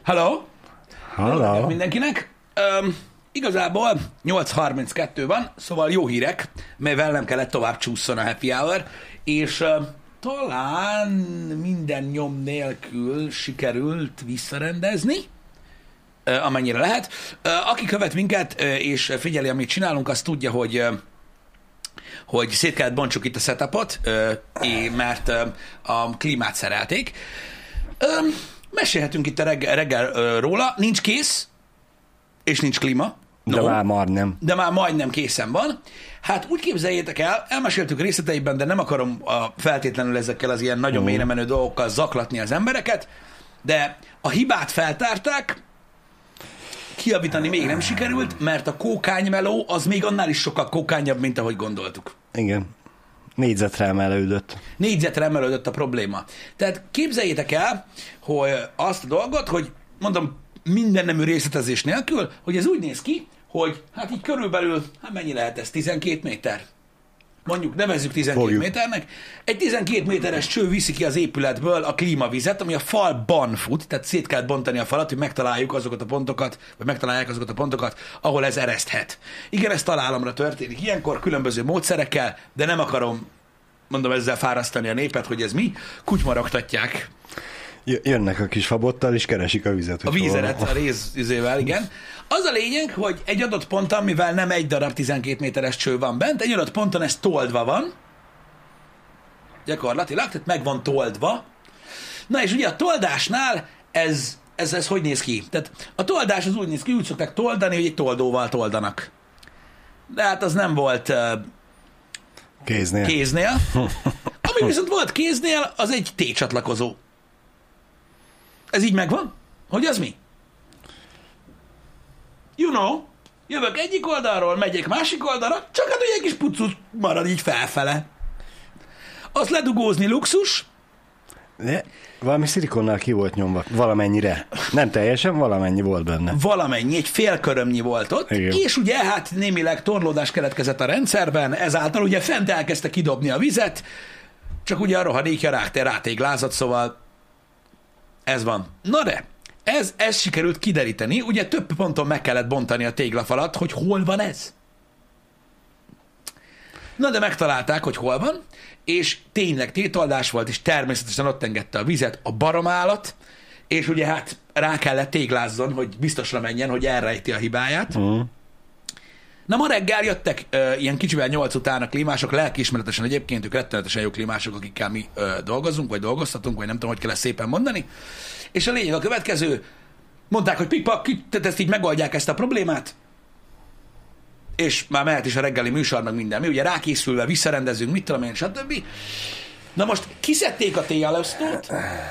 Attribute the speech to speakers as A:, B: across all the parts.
A: Hello!
B: Hello.
A: Mindenkinek. Igazából 8:32 van, szóval jó hírek, mivel nem kellett tovább csúszson a happy hour, és talán minden nyom nélkül sikerült visszarendezni, amennyire lehet. Aki követ minket, és figyeli, amit csinálunk, az tudja, hogy szét kellett bontsuk itt a setupot, mert a klímát szerelték. Mesélhetünk itt a reggel róla. Nincs kész, és nincs klíma.
B: De már majdnem.
A: De már majdnem készen van. Hát úgy képzeljétek el, elmeséltük részleteiben, de nem akarom feltétlenül ezekkel az ilyen nagyon mélyre menő dolgokkal zaklatni az embereket, de a hibát feltárták, kijavítani még nem sikerült, mert a kókánymeló az még annál is sokkal kókányabb, mint ahogy gondoltuk.
B: Igen. Négyzetre emelődött.
A: Négyzetre emelődött a probléma. Tehát képzeljétek el, hogy azt a dolgot, hogy mondom, minden nemű részletezés nélkül, hogy ez úgy néz ki, hogy hát így körülbelül, hát mennyi lehet ez, 12 méter? Mondjuk nevezzük 12 méternek. Egy 12 méteres cső viszi ki az épületből a klímavizet, ami a falban fut, tehát szét kell bontani a falat, hogy megtaláljuk azokat a pontokat, vagy megtalálják azokat a pontokat, ahol ez ereszthet. Igen, ez találomra történik ilyenkor, különböző módszerekkel, de nem akarom, mondom, ezzel fárasztani a népet, hogy ez mi. Kutymarogtatják.
B: Jönnek a kis fabottal, és keresik a vizet.
A: A vízeret, a rézüzével, igen. Az a lényeg, hogy egy adott ponton, mivel nem egy darab 12 méteres cső van bent, egy adott ponton ez toldva van, gyakorlatilag, tehát meg van toldva. Na és ugye a toldásnál ez hogy néz ki? Tehát a toldás az úgy néz ki, úgy szokták toldani, hogy egy toldóval toldanak. De hát az nem volt kéznél. Ami viszont volt kéznél, az egy T-csatlakozó. Ez így megvan? Hogy az mi? You know, jövök egyik oldalról, megyek másik oldalra, csak hát ugye egy kis pucus marad így felfele. Azt ledugózni luxus.
B: De valami szilikonnal ki volt nyomva, valamennyire. Nem teljesen, valamennyi volt benne.
A: Valamennyi, egy fél körömnyi volt ott, igen. És ugye hát némileg torlódás keletkezett a rendszerben, ezáltal ugye fent elkezdte kidobni a vizet, csak ugye a rohadékja rátéglázott, szóval ez van. Na de, ez sikerült kideríteni, ugye több ponton meg kellett bontani a téglafalat, hogy hol van ez. Na de megtalálták, hogy hol van, és tényleg tétoldás volt, és természetesen ott engedte a vizet a baromállat, és ugye hát rá kellett téglázzon, hogy biztosra menjen, hogy elrejti a hibáját. Na ma reggel jöttek ilyen kicsivel 8 után a klímások, lelkiismeretesen egyébként, ők rettenetesen jó klímások, akikkel mi dolgozunk, vagy dolgoztatunk, vagy nem tudom, hogy kell ezt szépen mondani. És a lényeg a következő, mondták, hogy pikpak, tehát ezt így megoldják ezt a problémát, és már mehet is a reggeli műsor, meg minden. Mi ugye rákészülve visszarendezünk, mit tudom én, stb. Na most kiszedték a téjelosztót,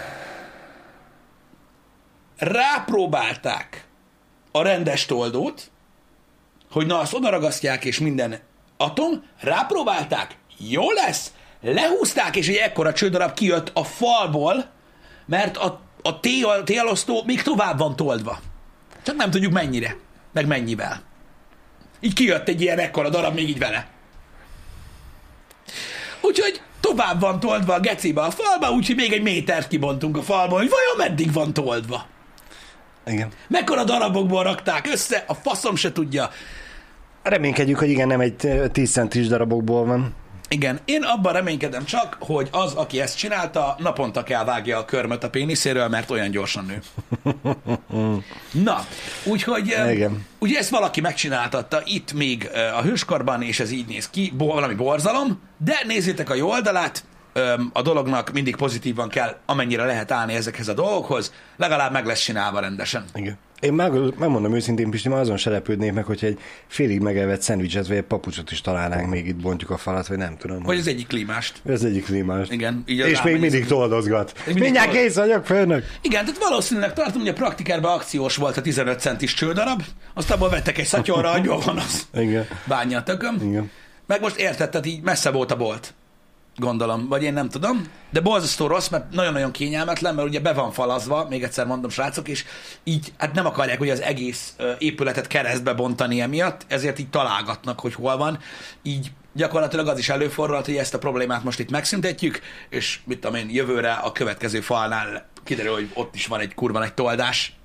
A: rápróbálták a rendes toldót, hogy na azt odaragasztják, és minden atom, rápróbálták, jó lesz, lehúzták, és egy ekkora csődarab kijött a falból, mert a téjelosztó még tovább van toldva. Csak nem tudjuk mennyire, meg mennyivel. Így kijött egy ilyen ekkora darab még így vele. Úgyhogy tovább van toldva a gecibe a falba, úgyhogy még egy métert kibontunk a falból, hogy vajon meddig van toldva.
B: Igen.
A: Mekkora darabokból rakták össze, a faszom se tudja.
B: Reménykedjük, hogy igen, nem egy 10 centis darabokból van.
A: Igen, én abban reménykedem csak, hogy az, aki ezt csinálta, naponta kell vágja a körmöt a péniszéről, mert olyan gyorsan nő. Na, úgyhogy ugye ezt valaki megcsináltatta itt még a hőskorban, és ez így néz ki, valami borzalom, de nézzétek a jó oldalát, a dolognak mindig pozitívan kell, amennyire lehet állni ezekhez a dolgokhoz, legalább meg lesz csinálva rendesen.
B: Igen. Én megmondom őszintén, Pisti, már azon se lepődnék meg, hogyha egy félig megevett szendvicset, vagy egy papucsot is találnánk, még itt bontjuk a falat, vagy nem tudom.
A: Vagy az egyik klímást.
B: Az egyik klímást.
A: Igen. Így
B: és még mindig toldozgat. Mindjárt kész vagyok, főnök.
A: Igen, tehát valószínűleg tartom, hogy a praktikárban akciós volt a 15 centis csődarab, azt abból vettek egy szatyorra, hogy jól van az.
B: Igen.
A: Bánja a tököm.
B: Igen.
A: Meg most érted, tehát így messze volt a bolt. Gondolom, vagy én nem tudom, de borzasztó rossz, mert nagyon-nagyon kényelmetlen, mert ugye be van falazva, még egyszer mondom, srácok, és így hát nem akarják ugye az egész épületet keresztbe bontani emiatt, ezért így találgatnak, hogy hol van, így gyakorlatilag az is előfordulhat, hogy ezt a problémát most itt megszüntetjük, és mit tudom én, jövőre a következő falnál kiderül, hogy ott is van egy kurva nagy toldás,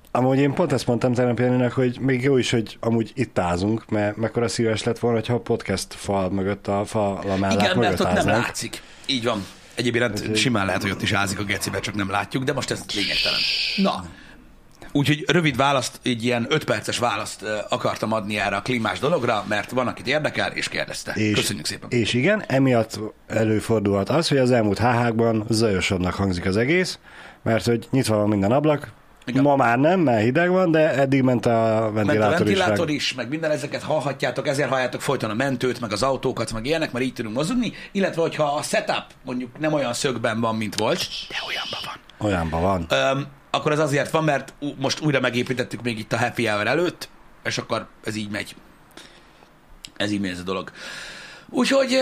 B: Amúgy én pont ezt mondtam tegnap Janinak, hogy még jó is, hogy amúgy itt ázunk, mert mekkora szíves lett volna, hogyha a podcast fal mögött, a falamellák
A: Igen, mert
B: mögött
A: ott nem
B: áznánk.
A: látszik. Így van. Egyébként simán lehet, hogy ott is ázik a gecibe, csak nem látjuk, de most ez lényegtelen. Na, úgyhogy rövid választ, így ilyen 5 perces választ akartam adni erre a klímás dologra, mert van, akit érdekel, és kérdezte. Köszönjük szépen.
B: És igen, emiatt előfordulhat az, hogy az elmúlt HH-kban zajosabbnak hangzik az egész, mert hogy nyitva van minden ablak,
A: Igen.
B: Ma már nem, mert hideg van, de eddig ment a ventilátor,
A: is, meg minden ezeket hallhatjátok, ezért halljátok folyton a mentőt, meg az autókat, meg ilyenek, mert így tudunk mozogni, illetve hogyha a setup mondjuk nem olyan szögben van, mint volt, de olyanban van.
B: Olyanban van.
A: Akkor az azért van, mert most újra megépítettük még itt a happy hour előtt, és akkor ez így megy. Ez így megy ez a dolog. Úgyhogy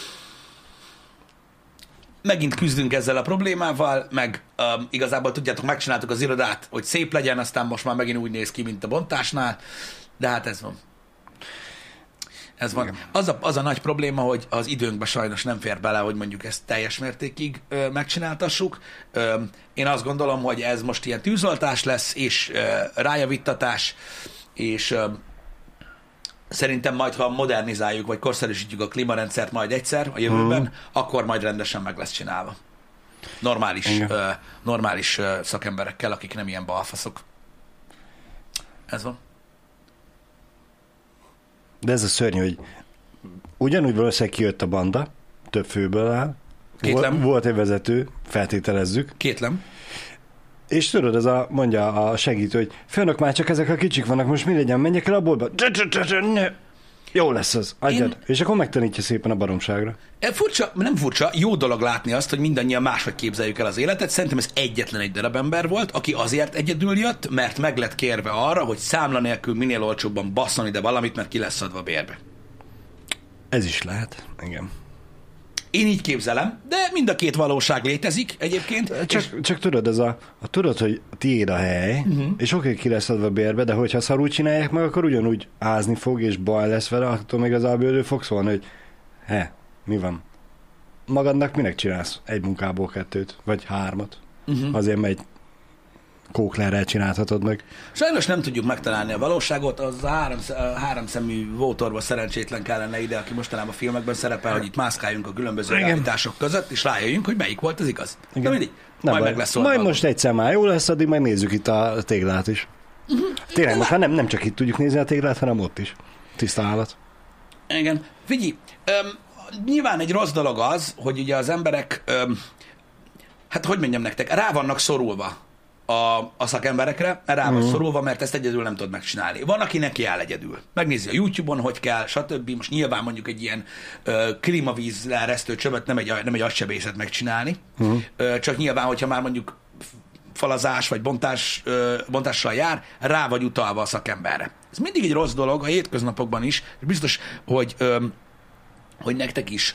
A: megint küzdünk ezzel a problémával, meg igazából tudjátok, megcsináltuk az irodát, hogy szép legyen, aztán most már megint úgy néz ki, mint a bontásnál, de hát ez van. Ez van. Az a nagy probléma, hogy az időnkbe sajnos nem fér bele, hogy mondjuk ezt teljes mértékig megcsináltassuk. Én azt gondolom, hogy ez most ilyen tűzoltás lesz, és rájavíttatás, és szerintem majd, ha modernizáljuk, vagy korszerűsítjük a klímarendszert majd egyszer a jövőben, akkor majd rendesen meg lesz csinálva. Normális szakemberekkel, akik nem ilyen balfaszok. Ez van.
B: De ez a szörnyű, hogy ugyanúgy valószínűleg kijött a banda, több főből áll.
A: Kétlem.
B: Volt egy vezető, feltételezzük.
A: Kétlem.
B: És tudod, mondja a segítő, hogy főnök, már csak ezek a kicsik vannak, most mi legyen, menjek el a boltba. Jó lesz az, adjad. És akkor megtanítja szépen a baromságra.
A: Furcsa, nem furcsa, jó dolog látni azt, hogy mindannyian máshogy képzeljük el az életet. Szerintem ez egyetlen egy darab ember volt, aki azért egyedül jött, mert meg lett kérve arra, hogy számla nélkül minél olcsóbban basszon ide valamit, mert ki lesz adva bérbe.
B: Ez is lehet, igen.
A: Én így képzelem, de mind a két valóság létezik egyébként.
B: Csak tudod, tudod, hogy tiéd a hely, és oké, ki lesz adva bérbe, de hogyha szarul csinálják meg, akkor ugyanúgy ázni fog, és baj lesz vele, attól még az elő fog szólni, hogy mi van? Magadnak minek csinálsz? Egy munkából 2, vagy 3. Azért megy kóklerrel csinálhatod meg.
A: Sajnos nem tudjuk megtalálni a valóságot, az a háromszemű vótorba szerencsétlen kellene ide, aki mostanában a filmekben szerepel, hogy itt mászkáljunk a különböző realitások között, és rájöjjünk, hogy melyik volt az igaz. Igen. De mindig, majd meg lesz
B: majd most egyszer már jó lesz, addig majd nézzük itt a téglát is. Tényleg, most nem csak itt tudjuk nézni a téglát, hanem ott is. Tiszta állat.
A: Igen. Figyelj, nyilván egy rossz dolog az, hogy ugye az emberek, hát hogy mondjam nektek, rá vannak szorulva a szakemberekre, rá van szorulva, mert ezt egyedül nem tud megcsinálni. Van, aki neki áll egyedül. Megnézi a YouTube-on, hogy kell, stb. Most nyilván mondjuk egy ilyen klímavíz leeresztő csövet nem egy agysebészet megcsinálni, csak nyilván, hogyha már mondjuk falazás vagy bontással jár, rá vagy utalva a szakemberre. Ez mindig egy rossz dolog a hétköznapokban is, és biztos, hogy nektek is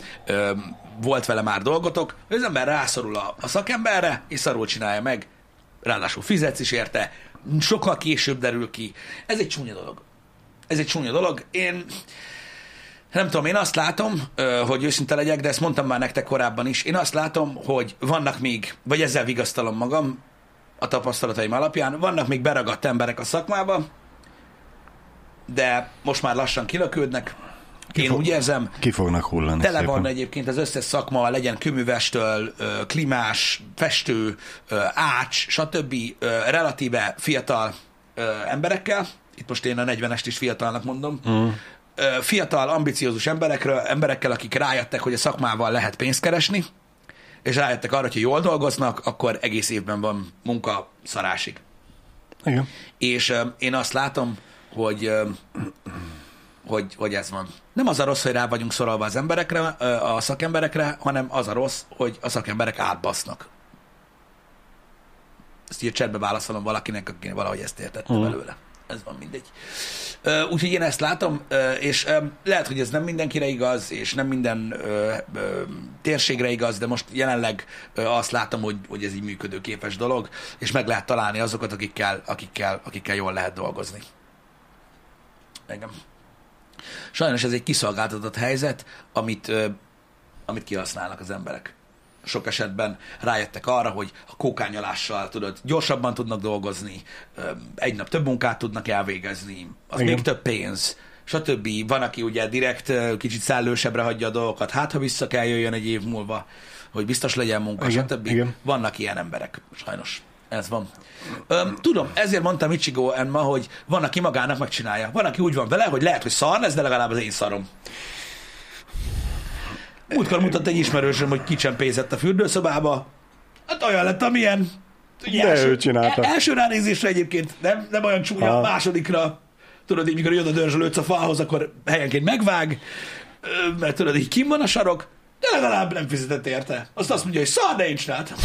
A: volt vele már dolgotok, hogy az ember rászorul a szakemberre, és szarul csinálja meg, ráadásul fizetsz is érte, sokkal később derül ki. Ez egy csúnya dolog. Én nem tudom, én azt látom, hogy őszinte legyek, de ezt mondtam már nektek korábban is, én azt látom, hogy vannak még, vagy ezzel vigasztalom magam a tapasztalataim alapján, vannak még beragadt emberek a szakmába, de most már lassan kilökődnek. Én úgy érzem,
B: ki fognak hullani.
A: Tele van egyébként az összes szakma, legyen kőművestől, klímás, festő, ács, stb. Relatíve fiatal emberekkel. Itt most én a 40-est is fiatalnak mondom. Fiatal, ambiciózus emberekkel, akik rájöttek, hogy a szakmával lehet pénzt keresni, és rájöttek arra, hogy jól dolgoznak, akkor egész évben van munka szarásig.
B: Igen.
A: És én azt látom, hogy ez van. Nem az a rossz, hogy rá vagyunk szorolva az emberekre, a szakemberekre, hanem az a rossz, hogy a szakemberek átbasznak. Ezt így a chatbe válaszolom valakinek, aki valahogy ezt értette belőle. Ez van, mindegy. Úgyhogy én ezt látom, és lehet, hogy ez nem mindenkire igaz, és nem minden térségre igaz, de most jelenleg azt látom, hogy ez így működőképes dolog, és meg lehet találni azokat, akikkel jól lehet dolgozni. Engem. Sajnos ez egy kiszolgáltatott helyzet, amit kihasználnak az emberek. sok esetben rájöttek arra, hogy a kókányolással, tudod, gyorsabban tudnak dolgozni, egy nap több munkát tudnak elvégezni, az
B: Igen.
A: még több pénz, stb. Van, aki ugye direkt kicsit szellősebbre hagyja a dolgokat, hát ha vissza kell jöjjön egy év múlva, hogy biztos legyen munka,
B: Igen,
A: stb.
B: igen.
A: Vannak ilyen emberek, sajnos. Ez van. Tudom, ezért mondtam Ichigo Enma, hogy van, aki magának megcsinálja. Van, aki úgy van vele, hogy lehet, hogy szar lesz, de legalább az én szarom. Múltkor mutatta egy ismerősöm, hogy kicsempézett a fürdőszobába. Hát olyan lett, amilyen. Ugye
B: De ő csinálta.
A: első ránézésre egyébként nem olyan csúnya, másodikra, tudod, így mikor jön a dörzsölődsz a falhoz, akkor helyenként megvág, mert tudod, így kim van a sarok, de legalább nem fizetett érte. Azt mondja, hogy szar, de én csináltam.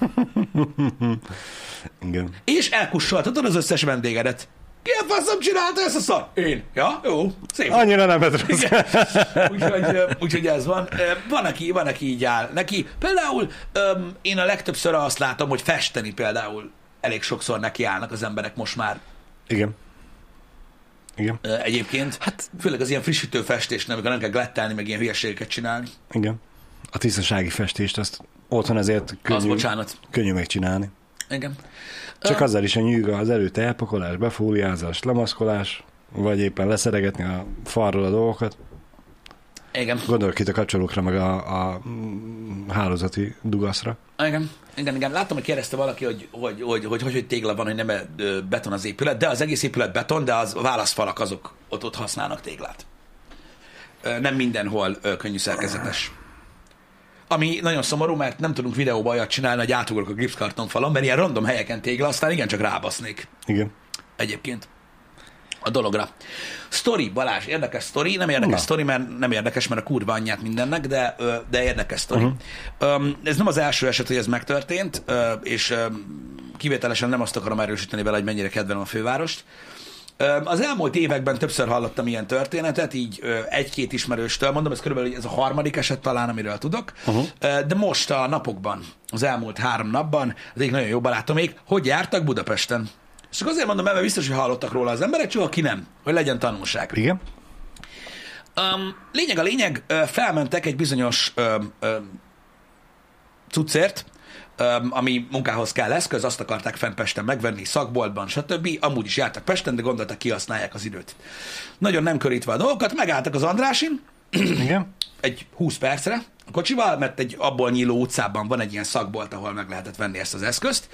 B: Igen.
A: És elkussoltatod az összes vendégedet. Ki a faszom csinálta ezt a szar? Én. Ja, jó, szép.
B: Annyira nem vett rossz.
A: Úgyhogy ez van. Van, aki így áll neki. Például én a legtöbbször azt látom, hogy festeni például elég sokszor nekiállnak az emberek most már.
B: Igen. Igen.
A: Egyébként. Hát, főleg az ilyen frissítő festésnél, amikor nem kell glettelni, meg ilyen hülyeségeket csinálni.
B: Igen. A tisztasági festést azt otthon azért könnyű megcsinálni.
A: Igen.
B: Csak azzal is a nyűg az előtte elpakolás, befóliázás, lemaszkolás, vagy éppen leszeregetni a falról a dolgokat.
A: Igen.
B: Gondolok itt a kapcsolókra, meg a hálózati dugaszra.
A: Igen. Láttam, hogy kérdezte valaki, hogy tégla van, hogy nem beton az épület, de az egész épület beton, de az válaszfalak azok ott használnak téglát. Nem mindenhol könnyű szerkezetes. Ami nagyon szomorú, mert nem tudunk videóba olyat csinálni, hogy átugrok a gipszkarton falon, mert ilyen random helyeken tégla, aztán igencsak rábasznék.
B: Igen.
A: Egyébként a dologra. Sztori, Balázs, érdekes sztori, nem érdekes sztori, mert nem érdekes, mert a kurva anyját mindennek, de érdekes sztori. Ez nem az első eset, hogy ez megtörtént, és kivételesen nem azt akarom erősíteni vele, hogy mennyire kedvelem a fővárost. Az elmúlt években többször hallottam ilyen történetet, így egy-két ismerőstől, mondom, ez körülbelül ez a harmadik eset talán, amiről tudok, de most a napokban, az elmúlt 3 napban, az egyik nagyon jó barátomék, hogy jártak Budapesten. És csak azért mondom, mert biztos, hogy hallottak róla az emberek, csak aki nem, hogy legyen tanulság.
B: Igen.
A: Lényeg, felmentek egy bizonyos cuccért, ami munkához kell eszköz, azt akarták fent Pesten megvenni, szakboltban, stb. Amúgy is jártak Pesten, de gondoltak, kihasználják az időt. Nagyon nem körítve a dolgokat, megálltak az Andrásin,
B: Igen.
A: egy 20 percre a kocsival, mert egy abból nyíló utcában van egy ilyen szakbolt, ahol meg lehetett venni ezt az eszközt.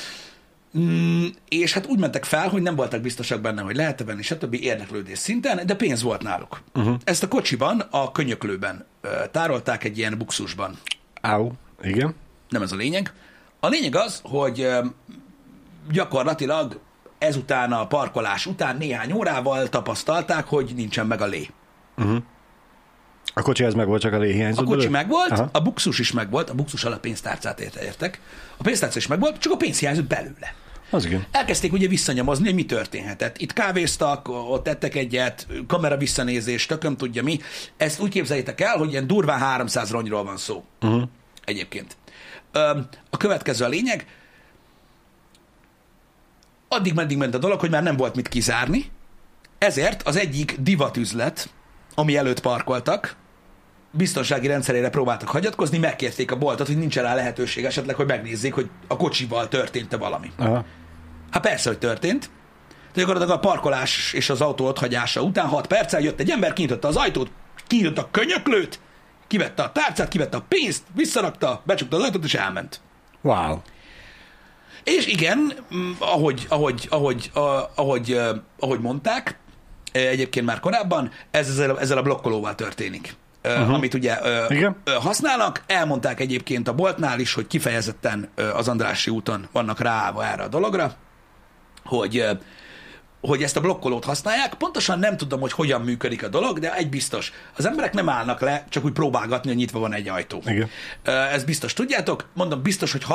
A: És hát úgy mentek fel, hogy nem voltak biztosak benne, hogy lehet-e venni, stb. Érdeklődés szinten, de pénz volt náluk. Ezt a kocsiban, a könyöklőben tárolták egy ilyen buxusban.
B: Áú. Igen.
A: Nem ez a lényeg. A lényeg az, hogy gyakorlatilag ezután a parkolás után néhány órával tapasztalták, hogy nincsen meg a lé.
B: A kocsi ez meg volt, csak a lé hiányzott.
A: A kocsi
B: belőle?
A: megvolt,
B: Aha.
A: a buxus is megvolt, a buxus alatt pénztárcát értek. A pénztárca is megvolt, csak a pénz hiányzott belőle.
B: Az igen.
A: Elkezdték ugye visszanyomozni, hogy mi történhetett. Itt kávéztak, ott tettek egyet, kamera visszanézés, tököm tudja mi. Ezt úgy képzeljétek el, hogy ilyen durván 300 rongyról van szó. Egyébként. A következő a lényeg. Addig-meddig ment a dolog, hogy már nem volt mit kizárni, ezért az egyik divatüzlet, ami előtt parkoltak, biztonsági rendszerére próbáltak hagyatkozni, megkérték a boltot, hogy nincs rá lehetőség esetleg, hogy megnézzék, hogy a kocsival történt-e valami.
B: Aha.
A: Hát persze, hogy történt. De gyakorlatilag a parkolás és az autó otthagyása után 6 perccel jött egy ember, kinyitotta az ajtót, kinyitotta a könyöklőt, kivette a tárcát, kivette a pénzt, visszarakta, becsukta az ajtót és elment.
B: Wow.
A: És igen, ahogy mondták, egyébként már korábban, ez ezzel a blokkolóval történik. Amit ugye használnak. Elmondták egyébként a boltnál is, hogy kifejezetten az Andrássy úton vannak ráállva erre a dologra, hogy ezt a blokkolót használják. Pontosan nem tudom, hogy hogyan működik a dolog, de egy biztos. Az emberek nem állnak le, csak úgy próbálgatni, hogy nyitva van egy ajtó.
B: Igen.
A: Ezt biztos tudjátok. Mondom, biztos, hogy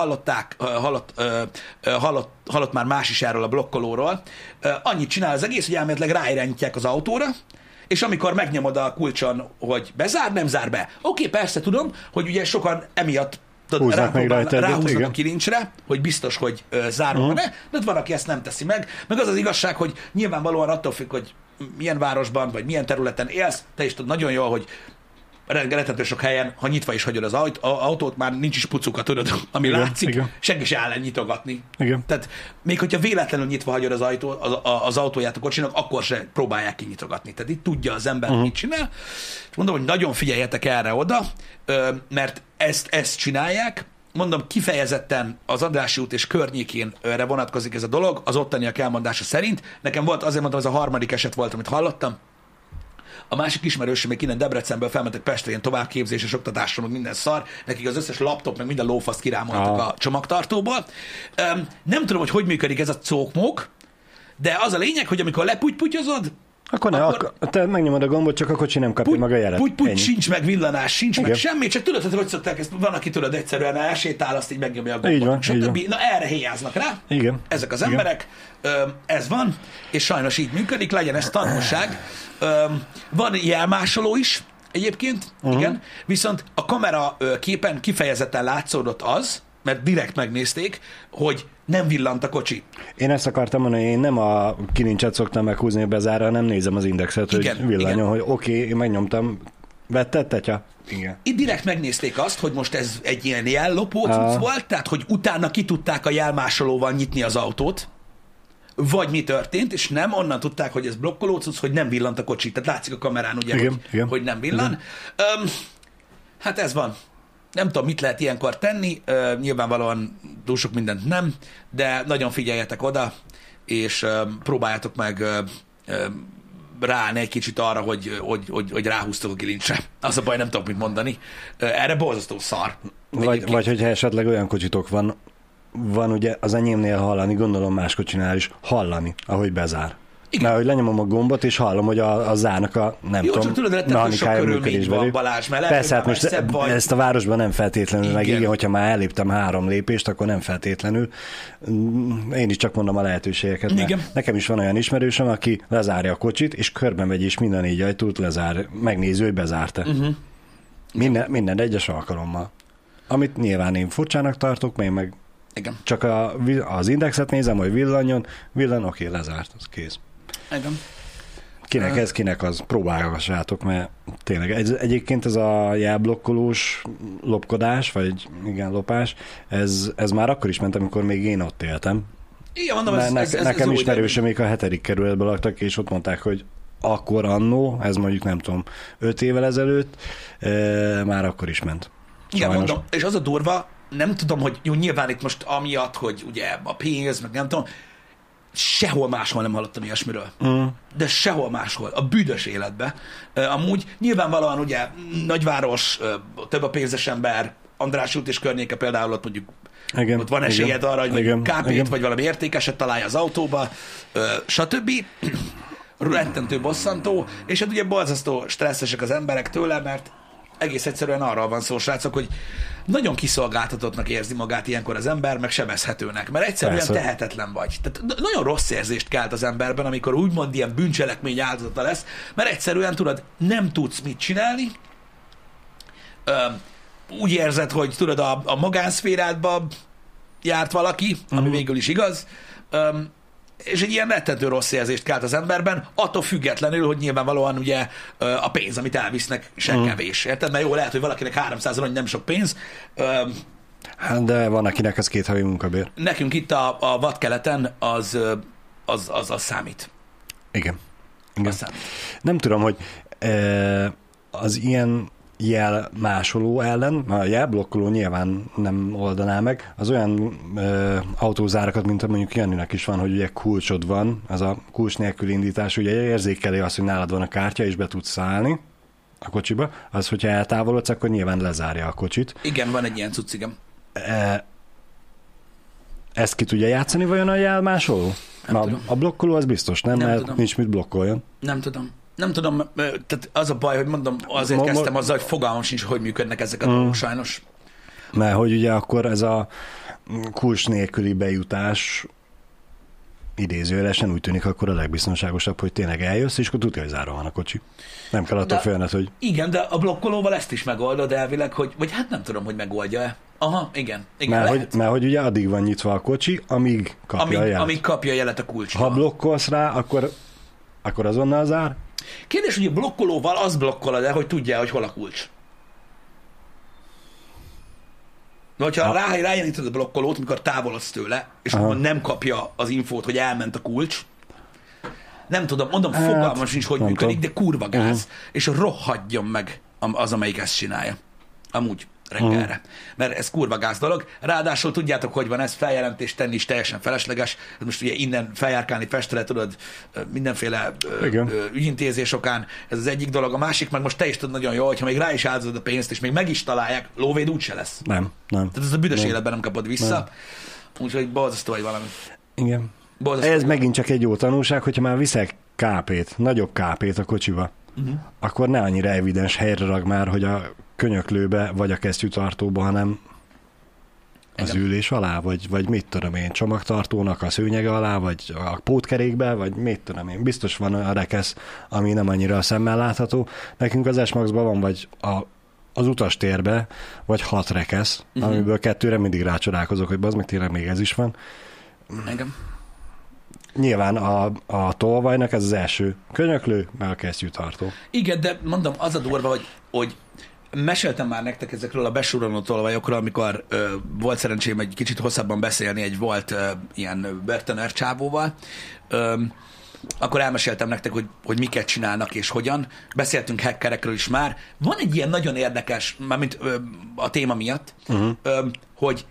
A: hallott már más is erről a blokkolóról. Annyit csinál az egész, hogy elméletileg ráirányítják az autóra, és amikor megnyomod a kulcson, hogy bezár, nem zár be. Oké, persze tudom, hogy ugye sokan emiatt ráhúznak a kilincsre, hogy biztos, hogy zárva van-e, de van, aki ezt nem teszi meg. Meg az az igazság, hogy nyilvánvalóan attól függ, hogy milyen városban, vagy milyen területen élsz, te is tudod nagyon jól, hogy rettető sok helyen, ha nyitva is hagyod az autót, már nincs is pucuka, tudod, ami
B: Igen,
A: látszik,
B: igen.
A: senki se áll nyitogatni.
B: Igen.
A: Tehát még hogyha véletlenül nyitva hagyod az autóját a kocsinak, akkor se próbálják kinyitogatni. Tehát itt tudja az ember, mit csinál. És mondom, hogy nagyon figyeljetek erre oda, mert ezt csinálják. Mondom, kifejezetten az Andrássy út és környékén erre vonatkozik ez a dolog, az ottaniak elmondása szerint. Nekem volt, azért mondtam, ez a harmadik eset volt, amit hallottam. A másik ismerősöm még innen Debrecenből felmentek Pestre ilyen továbbképzéses oktatásra, meg minden szar, nekik az összes laptop, meg minden lófaszt kirámoltak a csomagtartóból. Nem tudom, hogy működik ez a cókmók, de az a lényeg, hogy amikor leputyputyozod,
B: Akkor te megnyomod a gombot, csak a kocsi nem kapja meg a jelet.
A: Puty, sincs meg villanás, sincs meg semmi, csak tudod, hogy szokták ezt, van, aki tudod egyszerűen elsétál, azt így megnyomja a gombot.
B: Így van,
A: stb. Na erre héjáznak rá.
B: Igen.
A: Ezek az emberek, ez van, és sajnos így működik, legyen ez tanulság. Van jelmásoló is egyébként, igen, viszont a kamera képen kifejezetten látszódott az, mert direkt megnézték, hogy nem villant a kocsi.
B: Én ezt akartam mondani, én nem a kilincset szoktam meghúzni a bezárra, nem nézem az indexet, igen, hogy villanyon, hogy oké, én megnyomtam. Vetted, tetya? Igen.
A: Itt direkt megnézték azt, hogy most ez egy ilyen jellopó cucc volt, tehát hogy utána ki tudták a jelmásolóval nyitni az autót, vagy mi történt, és nem onnan tudták, hogy ez blokkoló cucc, hogy nem villant a kocsi. Tehát látszik a kamerán, ugye,
B: igen.
A: hogy nem villan. Hát ez van. Nem tudom, mit lehet ilyenkor tenni, nyilvánvalóan túl sok mindent nem, de nagyon figyeljetek oda, és próbáljátok meg ráállni egy kicsit arra, hogy ráhúztok a kilincsre. Az a baj, nem tudok mit mondani. Erre borzasztó szar.
B: Vagy hogyha esetleg olyan kocsitok van ugye az enyémnél hallani, gondolom más kocsinál is hallani, ahogy bezár. Igen. Mert hogy lenyomom a gombot, és hallom, hogy a zárnak a, nem tudom,
A: csak tudod, mechanikája működés van, Balázs, mert
B: persze, hát most ezt a városban nem feltétlenül, meg igen, hogyha már eléptem 3 lépést, akkor nem feltétlenül. Én is csak mondom a lehetőségeket. Nekem is van olyan ismerősöm, aki lezárja a kocsit, és körben megy, és minden 4 ajtót lezár, megnéző, hogy bezárta. Minden egyes alkalommal. Amit nyilván én furcsának tartok, mert én meg igen. Csak az indexet nézem, hogy villan, oké, lezárt, az kész.
A: Igen.
B: Kinek ez, kinek az, próbálgassátok, mert tényleg egyébként ez a jelblokkolós lopkodás, vagy igen, lopás, ez már akkor is ment, amikor még én ott éltem.
A: Igen, mondom,
B: nekem ismerősöm még a 7. kerületben laktak, és ott mondták, hogy akkor annó, ez mondjuk nem tudom, 5 évvel ezelőtt, már akkor is ment.
A: Igen, mondom, és az a durva, nem tudom, hogy jó, nyilván itt most amiatt, hogy ugye a pénz, meg nem tudom, sehol máshol nem hallottam ilyesmiről. De sehol máshol, a büdös életbe. Amúgy nyilvánvalóan ugye nagyváros, több a pénzes ember, Andrássy út és környéke például ott mondjuk igen, ott van esélyed igen, arra, hogy igen, KP-t igen. vagy valami értékeset találja az autóba, stb. Rettentő bosszantó, és hát ugye borzasztó stresszesek az emberek tőle, mert egész egyszerűen arról van szó, srácok, hogy nagyon kiszolgáltatottnak érzi magát ilyenkor az ember, meg sebezhetőnek, mert egyszerűen persze. tehetetlen vagy. Tehát nagyon rossz érzést kelt az emberben, amikor úgymond ilyen bűncselekmény áldozata lesz, mert egyszerűen tudod, nem tudsz mit csinálni, úgy érzed, hogy tudod, a magánszférádba járt valaki, ami végül is igaz, és egy ilyen rettentő rossz érzést kelt az emberben, attól függetlenül, hogy nyilvánvalóan ugye a pénz, amit elvisznek, sem kevés. Érted? Mert jó, lehet, hogy valakinek 300 arany nem sok pénz.
B: Hát de van, akinek ez 2 havi munkabér.
A: Nekünk itt a vadkeleten az számít.
B: Igen.
A: Az számít.
B: Nem tudom, hogy az ilyen jelmásoló ellen, a jelblokkoló nyilván nem oldaná meg, az olyan autózárakat, mint mondjuk Janinak is van, hogy ugye kulcsod van, az a kulcs nélkül indítás, ugye érzékeli azt, hogy nálad van a kártya, és be tudsz szállni a kocsiba, az, hogyha eltávolodsz, akkor nyilván lezárja a kocsit.
A: Igen, van egy ilyen cucc, igen.
B: Ezt ki tudja játszani vajon a jelmásoló? A blokkoló az biztos, nem mert tudom. Nincs mit blokkoljon.
A: Nem tudom, tehát az a baj, hogy mondom, azért kezdtem azzal, hogy fogalmam sincs, hogy működnek ezek a dolgok sajnos.
B: Mert hogy ugye akkor ez a kulcs nélküli bejutás idézőjelesen úgy tűnik akkor a legbiztonságosabb, hogy tényleg eljössz, és akkor tudja, hogy zárva van a kocsi. Nem kell attól félned, hogy... Igen,
A: de a blokkolóval ezt is megoldod elvileg, hogy, vagy hát nem tudom, hogy megoldja-e. Aha, igen.
B: Mert hogy ugye addig van nyitva a kocsi, amíg kapja a jelet.
A: Amíg kapja a jelet a kulcsra.
B: Ha blokkolsz rá, akkor azonnal zár?
A: Kérdés, hogy a blokkolóval az blokkolod-e, hogy tudja, hogy hol a kulcs. De hogyha rájelentítod a blokkolót, mikor távolodsz tőle, és akkor nem kapja az infót, hogy elment a kulcs, nem tudom, mondom, fogalmam sincs, hogy működik, de kurva gáz, és rohadjon meg az, amelyik ezt csinálja. Amúgy reggelre. Mert ez kurva gáz dolog. Ráadásul tudjátok, hogy van ez, feljelentést tenni is teljesen felesleges. Most ugye innen feljárkálni Pestre, tudod, mindenféle ügyintézés okán. Ez az egyik dolog. A másik, meg most te is tudod nagyon jól, hogyha még rá is áldozod a pénzt, és még meg is találják, lóvéd úgyse lesz.
B: Nem.
A: Tehát ez a büdös életben nem kapod vissza. Úgyhogy borzasztó vagy valami.
B: Igen.
A: Borzasztó.
B: Ez megint csak egy jó tanulság, hogyha már viszek kápét, nagyobb kápét a kocsiba, akkor ne annyira evidens helyre rag már, hogy a könyöklőbe, vagy a kesztyűtartóba, hanem az ülés alá, vagy mit tudom én, csomagtartónak a szőnyege alá, vagy a pótkerékbe, vagy mit tudom én. Biztos van a rekesz, ami nem annyira a szemmel látható. Nekünk az S-Maxban van, vagy az utastérbe, vagy 6 rekesz, amiből 2-re mindig rácsodálkozok, hogy az meg tényleg még ez is van.
A: Engem.
B: Nyilván a tolvajnak ez az első könyöklő, meg a kesztyűtartó.
A: Igen, de mondom, az a durva, hogy meséltem már nektek ezekről a besurranó tolvajokról, amikor volt szerencsém egy kicsit hosszabban beszélni egy volt ilyen börtönőr csávóval, akkor elmeséltem nektek, hogy miket csinálnak és hogyan. Beszéltünk hackerekről is már. Van egy ilyen nagyon érdekes, mármint a téma miatt, hogy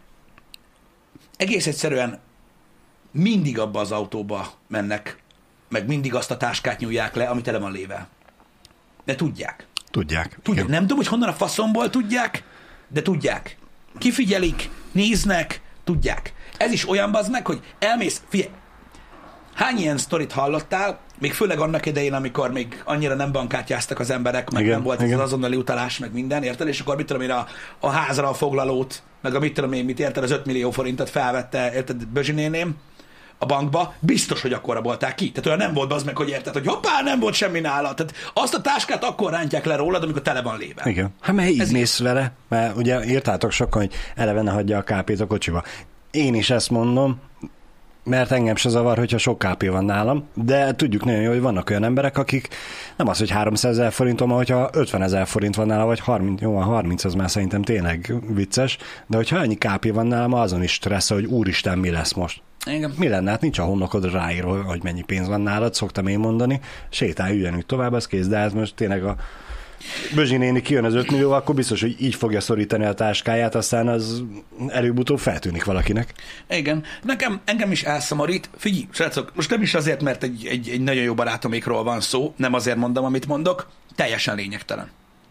A: egész egyszerűen mindig abba az autóba mennek, meg mindig azt a táskát nyúlják le, ami tele van lével. De tudják.
B: Tudják.
A: Nem tudom, hogy honnan a faszomból tudják, de tudják. Kifigyelik, néznek, tudják. Ez is olyan bazd meg, hogy elmész, figyelj, hány ilyen sztorit hallottál, még főleg annak idején, amikor még annyira nem bankkártyáztak az emberek, meg nem volt ez az azonnali utalás, meg minden, érted? És akkor mit tudom én, a házra a foglalót, meg a mit tudom én, mit érted, az 5 millió forintot felvette, érted, Bözsi néném a bankba, biztos, hogy akkor rabolták ki. Tehát olyan nem volt az meg, hogy érted, hogy hoppá, nem volt semmi nála. Tehát azt a táskát akkor rántják le rólad, amikor tele van léve.
B: Igen. Hát mert így mész vele, mert ugye írtátok sokan, hogy eleve ne hagyja a kápét a kocsiba. Én is ezt mondom, mert engem se zavar, hogyha sok kápé van nálam, de tudjuk nagyon jó, hogy vannak olyan emberek, akik nem az, hogy 300 000 forintom, hogyha 50 000 forint van nála, vagy 30, jó, 30 az már szerintem tényleg vicces, de hogyha annyi kápé van nálam, azon is stressz, hogy úristen, mi lesz most.
A: Igen.
B: Mi lenne? Hát nincs a homlokodra ráírva, hogy mennyi pénz van nálad, szoktam én mondani. Sétálj, üljön tovább, az kész, de hát most tényleg a Bözsi néni kijön az 5 millió, akkor biztos, hogy így fogja szorítani a táskáját, aztán az előbb-utóbb feltűnik valakinek.
A: Igen. Engem is elszomorít. Figyelj, srácok, most nem is azért, mert egy nagyon jó barátomékról van szó, nem azért mondom, amit mondok, teljesen lényegtelen.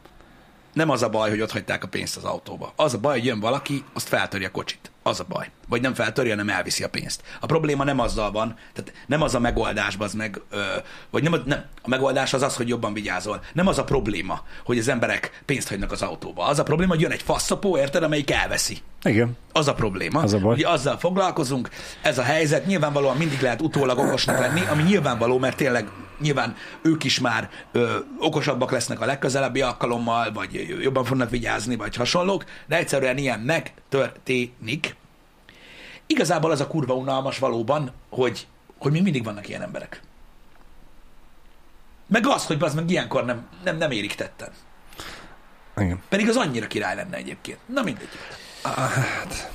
A: Nem az a baj, hogy ott hagyták a pénzt az autóba. Az a baj, hogy jön valaki, azt feltörje a kocsit. Az a baj. Vagy nem feltörje, hanem elviszi a pénzt. A probléma nem azzal van, tehát nem az a megoldás, vagy nem, a megoldás az az, hogy jobban vigyázol. Nem az a probléma, hogy az emberek pénzt hagynak az autóba. Az a probléma, hogy jön egy faszapó, érted, amelyik elveszi.
B: Igen.
A: Az a probléma.
B: Az a baj.
A: Ugye azzal foglalkozunk, ez a helyzet, nyilvánvalóan mindig lehet utólag okosnak lenni, ami nyilvánvaló, mert tényleg nyilván ők is már okosabbak lesznek a legközelebbi alkalommal, vagy jobban fognak vigyázni, vagy hasonlók, de egyszerűen ilyen megtörténik. Igazából az a kurva unalmas valóban, hogy még mindig vannak ilyen emberek. Meg az, hogy az meg ilyenkor nem érik tetten.
B: Igen.
A: Pedig az annyira király lenne egyébként. Na mindegy.
B: Hát...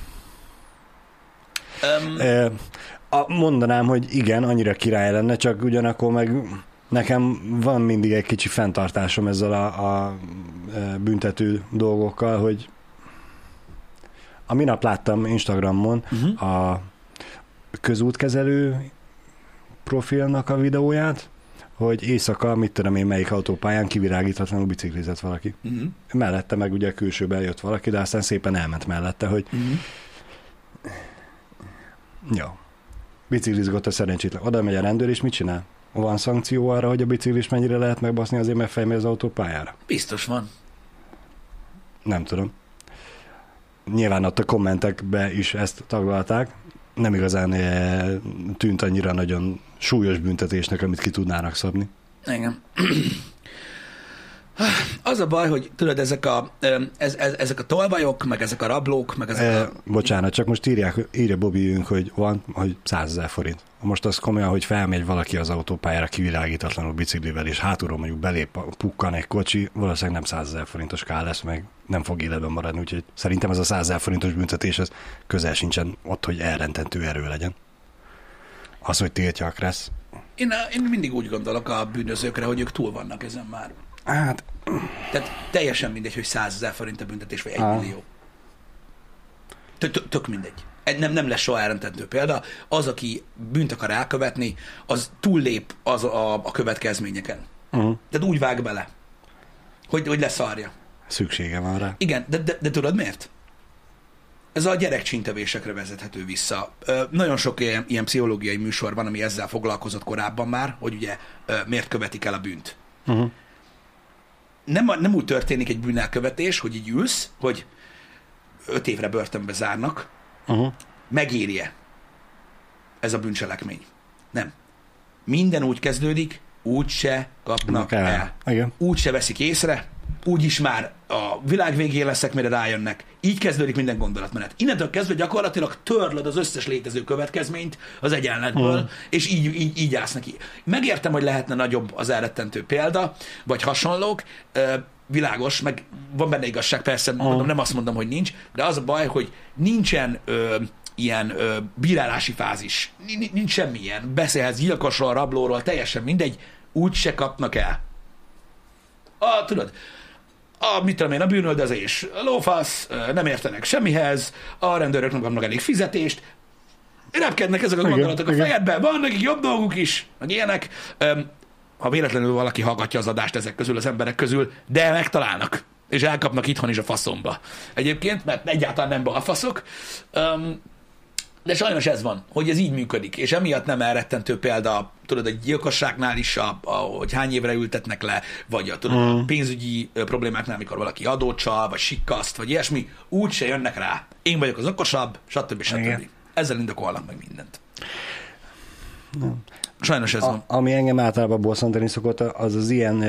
B: mondanám, hogy igen, annyira király lenne, csak ugyanakkor meg nekem van mindig egy kicsi fenntartásom ezzel a büntető dolgokkal, hogy a minap láttam Instagramon a közútkezelő profilnak a videóját, hogy éjszaka, mit tudom én, melyik autópályán kivirágíthatlanul biciklizett valaki. Mellette meg ugye külsőben jött valaki, de aztán szépen elment mellette, hogy ja, biciklizgott a szerencsétlen. Oda megy a rendőr, és mit csinál? Van szankció arra, hogy a biciklis mennyire lehet megbaszni azért, mert felmegy az autópályára?
A: Biztos van.
B: Nem tudom. Nyilván ott a kommentekbe is ezt taglalták. Nem igazán tűnt annyira nagyon súlyos büntetésnek, amit ki tudnának szabni.
A: Igen. Az a baj, hogy tudod, ezek a tolvajok, meg ezek a rablók, meg ezek a...
B: Bocsánat, csak most írja Bobby-ünk, hogy van, hogy 100 000 forint. Most az komolyan, hogy felmegy valaki az autópályára kivilágítatlanul biciklivel, és hátulról mondjuk belép, pukkan egy kocsi, valószínűleg nem 100 000 forintos kár lesz, meg nem fog életben maradni, úgyhogy szerintem ez a 100 000 forintos büntetés, ez közel sincsen ott, hogy elrettentő erő legyen. Az, hogy tiltja a Kressz.
A: Én mindig úgy gondolok a bűnözőkre, hogy ők túl vannak ezen már.
B: Hát...
A: Tehát teljesen mindegy, hogy 100 000 forint a büntetés, vagy 1 millió. Tök mindegy. Nem lesz soha elrettentő példa. Az, aki bűnt akar elkövetni, az túllép a következményeken. Tehát úgy vág bele, hogy leszarja.
B: Szüksége van rá.
A: Igen, de tudod miért? Ez a gyerekcsintevésekre vezethető vissza. Nagyon sok ilyen pszichológiai műsor van, ami ezzel foglalkozott korábban már, hogy ugye miért követik el a bűnt. Nem úgy történik egy bűnelkövetés, hogy így ülsz, hogy 5 évre börtönbe zárnak, megérje ez a bűncselekmény. Nem. Minden úgy kezdődik, úgy se kapnak el.
B: Igen.
A: Úgy se veszik észre, úgyis már a világ végén leszek, mire rájönnek. Így kezdődik minden gondolatmenet. Innentől kezdve gyakorlatilag törlöd az összes létező következményt az egyenletből, és így állsz neki. Megértem, hogy lehetne nagyobb az elrettentő példa, vagy hasonlók, világos, meg van benne igazság, persze, mondom, nem azt mondom, hogy nincs, de az a baj, hogy nincsen ilyen bírálási fázis. Nincs semmilyen. Beszélhetsz gyilkosról, rablóról, teljesen mindegy, úgy se kapnak el. Tudod, mit tudom én, a bűnöldözés, a lófasz, nem értenek semmihez, a rendőrök nem kapnak elég fizetést, repkednek ezek a gondolatok a fejedbe, van nekik jobb dolguk is, meg ilyenek. Ha véletlenül valaki hallgatja az adást ezek közül, az emberek közül, de megtalálnak, és elkapnak itthon is a faszomba. Egyébként, mert egyáltalán nem balfaszok, de sajnos ez van, hogy ez így működik, és emiatt nem elrettentő példa, tudod, egy gyilkosságnál is, hogy hány évre ültetnek le, vagy a pénzügyi problémáknál, amikor valaki adót csal, vagy sikkaszt, vagy ilyesmi, úgy se jönnek rá. Én vagyok az okosabb, stb. Ezzel indokolnak meg mindent. Sajnos ez van.
B: Ami engem általában bosszantani szokott, az ilyen...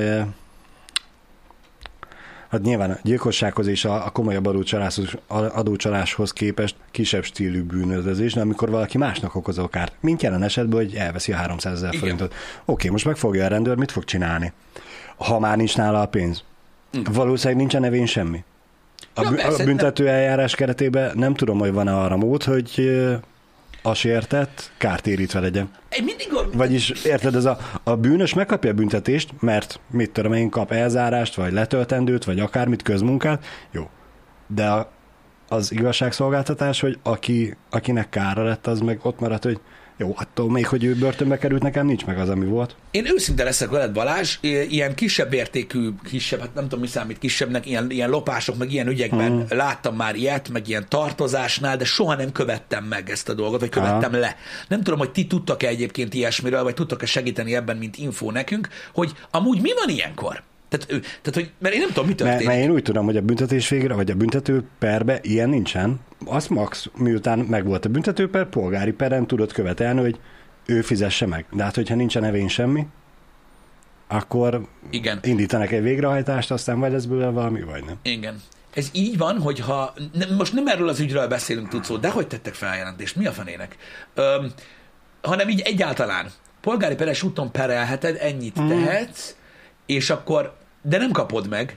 B: Hát nyilván a gyilkossághoz és a komolyabb adócsaláshoz képest kisebb stílű bűnözés, de amikor valaki másnak okozó kárt, mint jelen esetben, hogy elveszi a 300 000 forintot. Oké, most megfogja a rendőr, mit fog csinálni? Ha már nincs nála a pénz. Valószínűleg nincs a nevén semmi. A büntető eljárás keretében nem tudom, hogy van-e arra mód, hogy a sértett kártérítve legyen. Vagyis érted, ez a bűnös megkapja a büntetést, mert mit tudom én, kap elzárást, vagy letöltendőt, vagy akármit, közmunkát, jó. De az igazságszolgáltatás, hogy akinek kára lett, az meg ott maradt, hogy jó, attól még, hogy ő börtönbe került, nekem nincs meg az, ami volt.
A: Én őszinte leszek veled, Balázs, ilyen kisebb értékű, hát nem tudom, mi számít kisebbnek, ilyen lopások, meg ilyen ügyekben láttam már ilyet, meg ilyen tartozásnál, de soha nem követtem meg ezt a dolgot, vagy követtem le. Nem tudom, hogy ti tudtak-e egyébként ilyesmiről, vagy tudtak-e segíteni ebben, mint infó nekünk, hogy amúgy mi van ilyenkor? Tehát hogy, mert én nem tudom, mi történik.
B: Mert én úgy tudom, hogy a büntetés végre, vagy a büntető perbe ilyen nincsen. Az max, miután megvolt a büntetőper, polgári peren tudod követelni, hogy ő fizesse meg. De hát, hogyha nincsen nevén semmi, akkor indítanak egy végrehajtást, aztán vagy lesz belőle valami, vagy nem.
A: Igen. Ez így van, hogyha most nem erről az ügyről beszélünk, tudszó, de hogy tettek feljelentést? Mi a fenének? Hanem így egyáltalán. Polgári peres úton perelheted, ennyit tehetsz, és akkor, de nem kapod meg.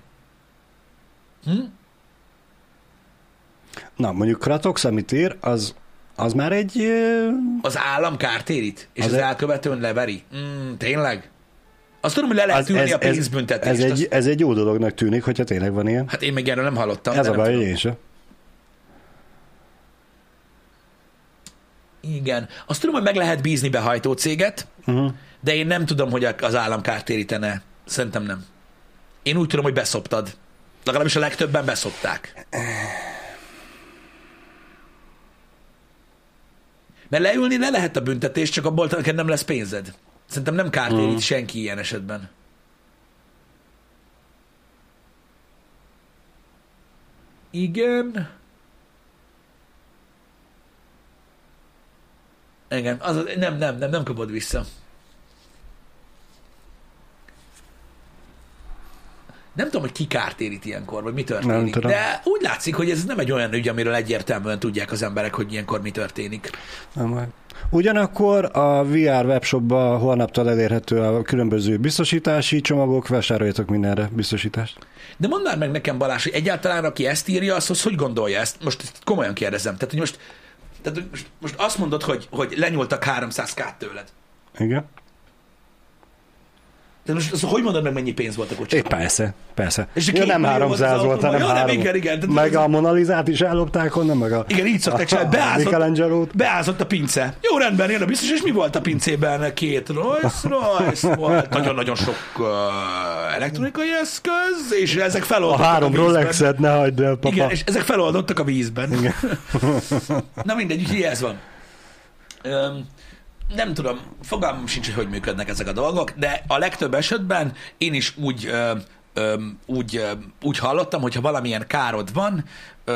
A: Na,
B: mondjuk Kratox, amit ír, az már egy...
A: Az állam kártérít, és az elkövetőn leveri. Tényleg? Azt tudom, hogy le lehet ülni a pénzbüntetést.
B: Ez egy jó dolognak tűnik, hogyha tényleg van ilyen.
A: Hát én meg erről nem hallottam.
B: Ez a baj, hogy én sem.
A: Igen. Azt tudom, hogy meg lehet bízni behajtó céget, de én nem tudom, hogy az állam kártérítene. Szerintem nem. Én úgy tudom, hogy beszoptad. Legalábbis a legtöbben beszopták. Mert leülni le lehet a büntetés, csak abból neked nem lesz pénzed. Szerintem nem kártérít senki ilyen esetben. Igen. Igen, nem kapod vissza. Nem tudom, hogy ki kártérít ilyenkor, vagy mi
B: Nem
A: történik.
B: tudom.
A: De úgy látszik, hogy ez nem egy olyan ügy, amiről egyértelműen tudják az emberek, hogy ilyenkor mi történik.
B: Nem baj. Ugyanakkor a VR webshopban holnaptól elérhető a különböző biztosítási csomagok, vásároljatok mindenre biztosítást.
A: De mondd már meg nekem, Balázs, hogy egyáltalán aki ezt írja, az hogy gondolja ezt? Most ezt komolyan kérdezem. Tehát, hogy most azt mondod, hogy lenyúltak 300k tőled.
B: Igen.
A: De most hogy mondod meg, mennyi pénz volt a kocsiban?
B: Persze.
A: És a
B: Ja,
A: 2
B: nem
A: millió volt az
B: 300 volt, hanem
A: autóban. Ja, nem,
B: 3.
A: igen.
B: Meg a Mona Lisát is ellopták onnan, meg a
A: Igen, így szokták csinálni.
B: Michelangelo-t.
A: Beázott a pince. Jó, rendben, jön a biztos, és mi volt a pincében? 2 Rolls-Royce volt. Nagyon-nagyon sok elektronikai eszköz, és ezek
B: A
A: feloldottak
B: 3
A: vízben.
B: Rolexet ne hagyd el, papa.
A: Igen, és ezek feloldottak a vízben.
B: Igen.
A: Na mindegy, úgyhogy ez van. Nem tudom, fogalmam sincs, hogy működnek ezek a dolgok, de a legtöbb esetben én is úgy hallottam, hogy ha valamilyen károd van,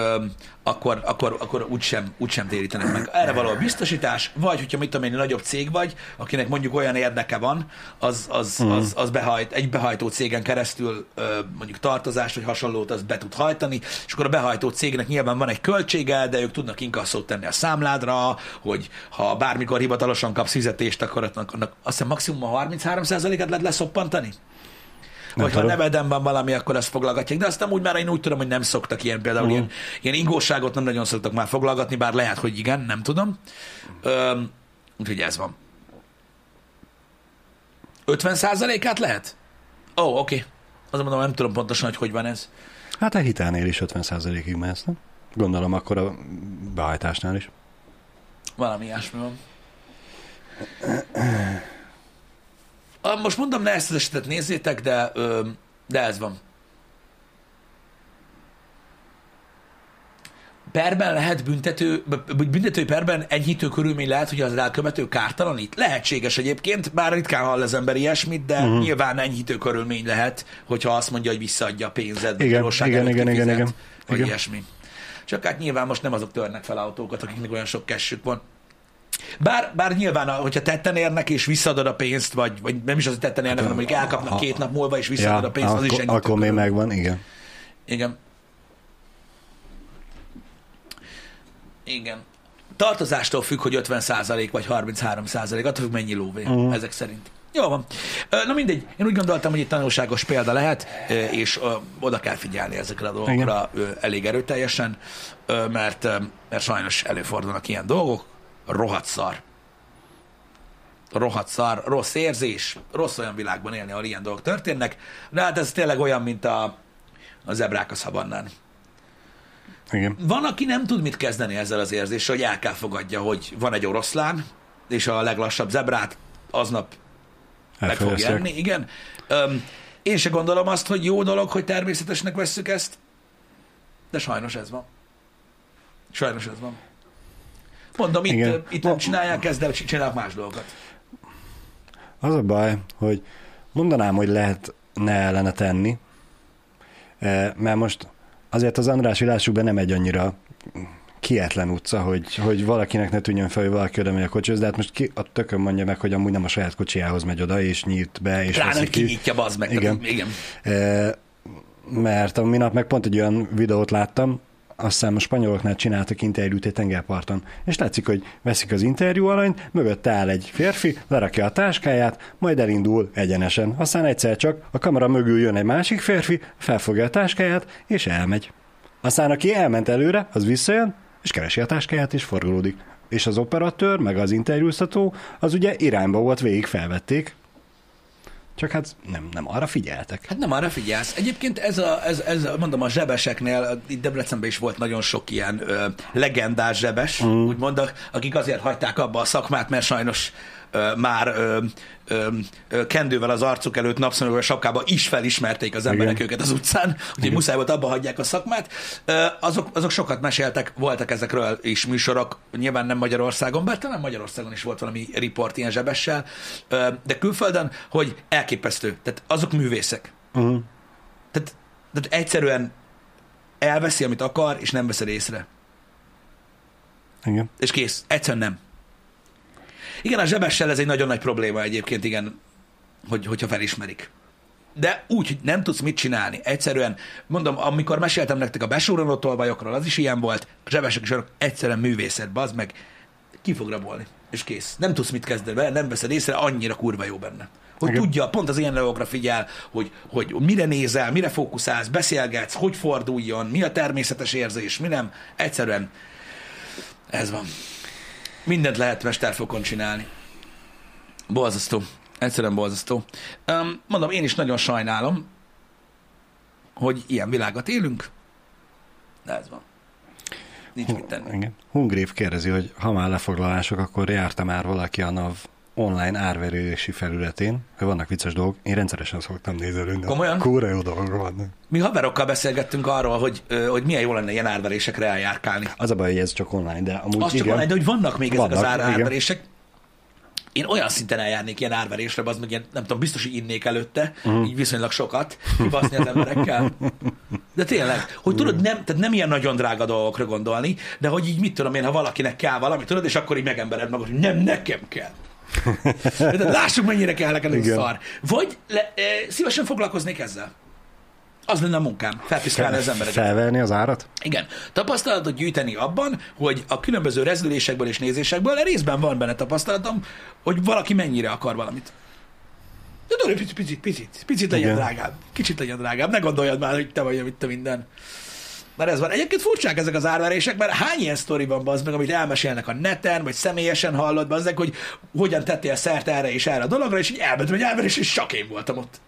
A: akkor úgysem térítenek meg. Erre való a biztosítás, vagy hogyha mit tudom én, nagyobb cég vagy, akinek mondjuk olyan érdeke van, az behajt, egy behajtó cégen keresztül mondjuk tartozást, vagy hasonlót, az be tud hajtani, és akkor a behajtó cégnek nyilván van egy költsége, de ők tudnak inkasszót tenni a számládra, hogy ha bármikor hivatalosan kapsz fizetést, akkor annak azt hiszem maximum a 33%-et lehet leszoppantani. Vagy ha neveden van valami, akkor ezt foglalgatják. De aztán úgy már én úgy tudom, hogy nem szoktak ilyen például ilyen ingóságot nem nagyon szoktak már foglalgatni, bár lehet, hogy igen, nem tudom. Úgyhogy ez van. 50%-át lehet? Ó, oké. Azt mondom, nem tudom pontosan, hogy van ez.
B: Hát a hitelnél is 50%-ig mehetsz, nem? Gondolom akkor a behajtásnál is.
A: Valami ilyesmi van. Most mondom, ne ezt az esetet nézzétek, de ez van. Perben lehet büntető perben enyhítő körülmény lehet, hogy az elkövető kártalanít? Lehetséges egyébként, bár ritkán hall az ember ilyesmit, de nyilván enyhítő körülmény lehet, hogyha azt mondja, hogy visszaadja a pénzed,
B: igen,
A: vagy ilyesmi. Csak hát nyilván most nem azok törnek fel autókat, akiknek olyan sok cashük van. Bár nyilván, hogyha tetten érnek, és visszaadod a pénzt, vagy nem is az, hogy tetten érnek, hanem mondjuk elkapnak 2 nap múlva, és visszaadod a pénzt, az is enyhítő.
B: Akkor még megvan, igen.
A: Igen. Tartozástól függ, hogy 50% vagy 33%, attól függ, mennyi lóvé, ezek szerint. Jó van. Na mindegy, én úgy gondoltam, hogy itt tanulságos példa lehet, és oda kell figyelni ezekre a dolgokra elég erőteljesen, mert sajnos előfordulnak ilyen dolgok. Rohadt szar, rossz érzés, rossz olyan világban élni, ahol ilyen dolgok történnek, de hát ez tényleg olyan, mint a zebrák a szavannán.
B: Igen.
A: Van, aki nem tud mit kezdeni ezzel az érzéssel, hogy el kell fogadja, hogy van egy oroszlán, és a leglassabb zebrát aznap meg fog jönni. Igen. Én se gondolom azt, hogy jó dolog, hogy természetesnek vesszük ezt, de sajnos ez van. Mondom, itt nem csinálják ezt, de csinálják más dolgokat.
B: Az a baj, hogy mondanám, hogy lehetne ellene tenni, mert most azért az Andrássy lássuk be nem egy annyira kietlen utca, hogy valakinek ne tűnjön fel, hogy valaki oda megy a kocsihoz, de hát most ki a tökön mondja meg, hogy amúgy nem a saját kocsiához megy oda, és nyit be, és
A: Pláne, hogy kinyitja, bazd meg.
B: Igen.
A: Igen.
B: Mert a minap meg pont egy olyan videót láttam, azt hiszem a spanyoloknál csináltak interjút egy tengerparton, és látszik, hogy veszik az interjú alanyt, mögötte áll egy férfi, lerakja a táskáját, majd elindul egyenesen. Aztán egyszer csak a kamera mögül jön egy másik férfi, felfogja a táskáját, és elmegy. Aztán aki elment előre, az visszajön, és keresi a táskáját, és forgolódik. És az operatőr, meg az interjúztató, az ugye irányba volt, végig felvették, csak hát nem arra figyeltek.
A: Hát nem arra figyelsz. Egyébként ez mondom, a zsebeseknél, itt Debrecenben is volt nagyon sok ilyen legendás zsebes, úgymond, akik azért hagyták abba a szakmát, mert sajnos már kendővel az arcuk előtt, napszemüvegben, sapkába is felismerték az emberek őket az utcán, úgyhogy muszáj volt abba hagyják a szakmát. Azok sokat meséltek, voltak ezekről is műsorok, nyilván nem Magyarországon, bár talán Magyarországon is volt valami riport ilyen zsebessel, de külföldön, hogy elképesztő. Tehát azok művészek. Tehát egyszerűen elveszi, amit akar, és nem veszed észre.
B: Igen.
A: És kész. Egyszerűen nem. Igen, a zsebessel ez egy nagyon nagy probléma egyébként, igen, hogyha felismerik. de úgy, hogy nem tudsz mit csinálni. Egyszerűen, mondom, amikor meséltem nektek a besúranó tolvajokról, az is ilyen volt, a zsebesek is egyszerűen művészet, bazd meg, ki fog rabolni, és kész. Nem tudsz mit kezdeni vele, nem veszed észre, annyira kurva jó benne. Hogy
B: Igen.
A: tudja, pont az ilyen dolgokra figyel, hogy mire nézel, mire fókuszálsz, beszélgetsz, hogy forduljon, mi a természetes érzés, mi nem. Egyszerűen ez van. Mindent lehet mesterfokon csinálni. Borzasztó. Egyszerűen borzasztó. Mondom, én is nagyon sajnálom, hogy ilyen világot élünk, de ez van. Nincs mit tenni.
B: Igen. Hungrév kérdezi, hogy ha már lefoglalások, akkor járta már valaki a NAV online árverési felületén, hogy vannak vicces dolgok. Én rendszeresen szoktam nézelődni.
A: Komolyan?
B: Kúra jó dolgok vannak.
A: Mi haverokkal beszélgettünk arról, hogy milyen jó lenne ilyen árverésekre eljárkálni.
B: Az a baj, hogy ez csak online, de amúgy
A: Az
B: igen.
A: csak online, de hogy vannak még ezek az
B: Vannak, igen.
A: árverések. Én olyan szinten eljárnék ilyen árverésre, az meg ilyen, nem tudom, biztos, hogy innék előtte, így viszonylag sokat, kibaszni az emberekkel. De tényleg, hogy tudod, tehát nem ilyen nagyon drága dolgokra gondolni, de hogy így mit tudom én, ha valakinek kell valami, tudod, és akkor így megembered magad, hogy nem, nekem kell. De lássuk, mennyire kell neked ez a szar. Vagy szívesen foglalkoznék ezzel. Az lenne a munkám, felpiszkálni az embereket.
B: Felverni az árat?
A: Igen. Tapasztalatot gyűjteni abban, hogy a különböző rezülésekből és nézésekből részben van benne tapasztalatom, hogy valaki mennyire akar valamit. De tudod, picit legyen
B: Igen.
A: drágább. Kicsit legyen drágább. Ne gondoljad már, hogy te vagy, amit te minden. Mert ez van. Egyébként furcsák ezek az árverések, mert hány ilyen sztori van bazd meg, amit elmesélnek a neten, vagy személyesen hallod bazd meg, hogy hogyan tettél szert erre és erre a dologra, és így elmentem egy árverés, és csak én voltam ott.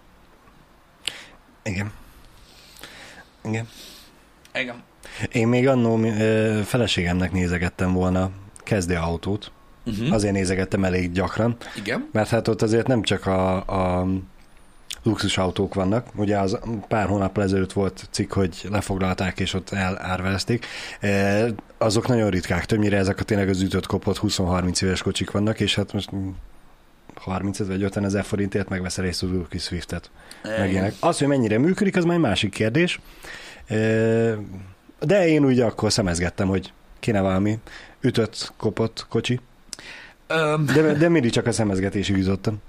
B: Igen. Igen.
A: Igen.
B: Én még annó feleségemnek nézegettem volna kezdőautót. Azért nézegettem elég gyakran.
A: Igen.
B: Mert hát ott azért nem csak a luxusautók vannak. Ugye az pár hónappal ezelőtt volt cikk, hogy lefoglalták és ott elárverezték. Azok nagyon ritkák. Többnyire ezek a tényleg az ütött kopott 20-30 éves kocsik vannak, és hát most 30 vagy 50 ezer forintért megveszel egy Suzuki Swiftet. Meg ilyenek. Az, hogy mennyire működik, az már egy másik kérdés. De én úgy akkor szemezgettem, hogy kéne valami ütött, kopott kocsi. De mindig csak a szemezgetésig üzöttem.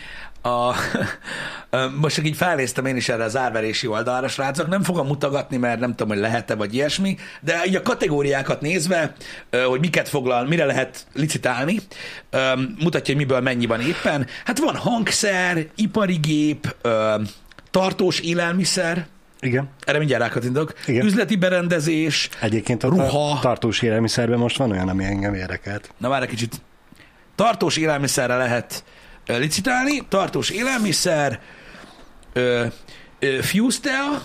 A: Most csak így felnéztem én is erre az árverési oldalra, srácok. Nem fogom mutogatni, mert nem tudom, hogy lehet-e, vagy ilyesmi, de így a kategóriákat nézve, hogy miket foglal, mire lehet licitálni, mutatja, hogy miből mennyi van éppen. Hát van hangszer, ipari gép, tartós élelmiszer,
B: Igen.
A: erre mindjárt rákattintok,
B: Igen.
A: üzleti berendezés,
B: Egyébként a
A: ruha.
B: tartós élelmiszerben most van olyan, ami engem érdekelt.
A: Na várj egy kicsit. Tartós élelmiszerre lehet licitálni, tartós élelmiszer, Fustel,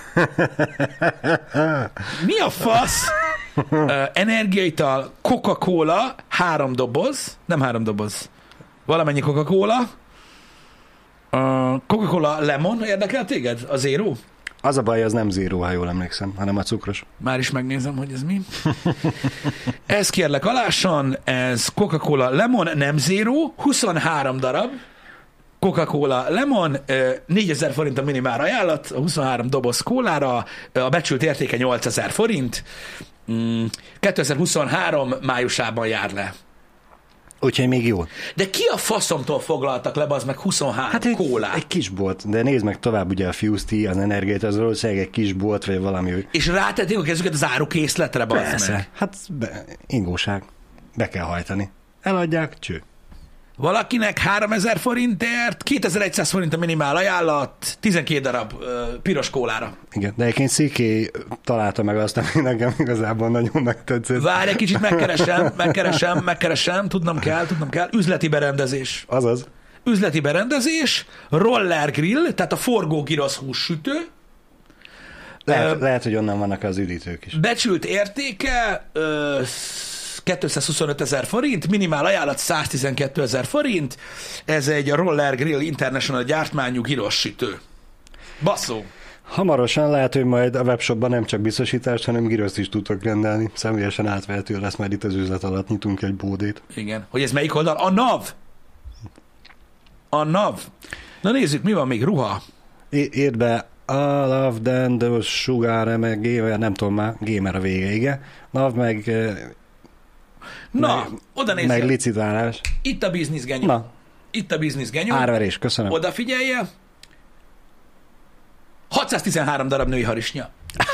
A: mi a fasz? Energiaital, Coca-Cola, 3 doboz, nem 3 doboz, valamennyi Coca-Cola, Coca-Cola Lemon, érdekel téged? A Zero?
B: Az a baj, az nem zéró, ha jól emlékszem, hanem a cukros.
A: Már is megnézem, hogy ez mi. Ez kérlek alásson, ez Coca-Cola Lemon, nem Zero, 23 darab Coca-Cola Lemon, 4000 forint a minimál ajánlat, a 23 doboz kólára, a becsült értéke 8000 forint, 2023 májusában jár le.
B: Úgyhogy még jó.
A: De ki a faszomtól foglaltak le, az meg 23 kólát?
B: egy kis bolt, de nézd meg tovább ugye a Fusty, az energiát, az valószínűleg egy kis bolt, vagy valami.
A: És rátették a kezüket az árukészletre, bazd meg.
B: Hát ingóság. Be kell hajtani. Eladják, cső.
A: Valakinek 3000 forintért, 2100 forint a minimál ajánlat, 12 darab piros kólára.
B: Igen, de egyébként Sziké találta meg azt, ami nekem igazából nagyon megtetszett.
A: Várj egy kicsit, megkeresem, tudnom kell. Üzleti berendezés.
B: Azaz.
A: Üzleti berendezés, roller grill, tehát a forgógirosz hússütő.
B: Lehet, hogy onnan vannak az üdítők is.
A: Becsült értéke 225 000 forint, minimál ajánlat 112 000 forint. Ez egy Roller Grill International gyártmányú giroszsütő. Basszó.
B: Hamarosan lehet, hogy majd a webshopban nem csak biztosítást, hanem giroszt is tudtok rendelni. Személyesen átvehető lesz, majd itt az üzlet alatt nyitunk egy bódét.
A: Igen. Hogy ez melyik oldal? A NAV. A NAV. Na nézzük, mi van még? Ruha.
B: Írd be Love, the Sugar, meg Gamer, nem tudom már, Gamer a vége, igen. Love, meg...
A: Na, oda nézzük.
B: Meg licitálás.
A: Itt a bizniszgenyó.
B: Na.
A: Itt a bizniszgenyó.
B: Árverés, köszönöm.
A: Oda figyelje. 613 darab női harisnya.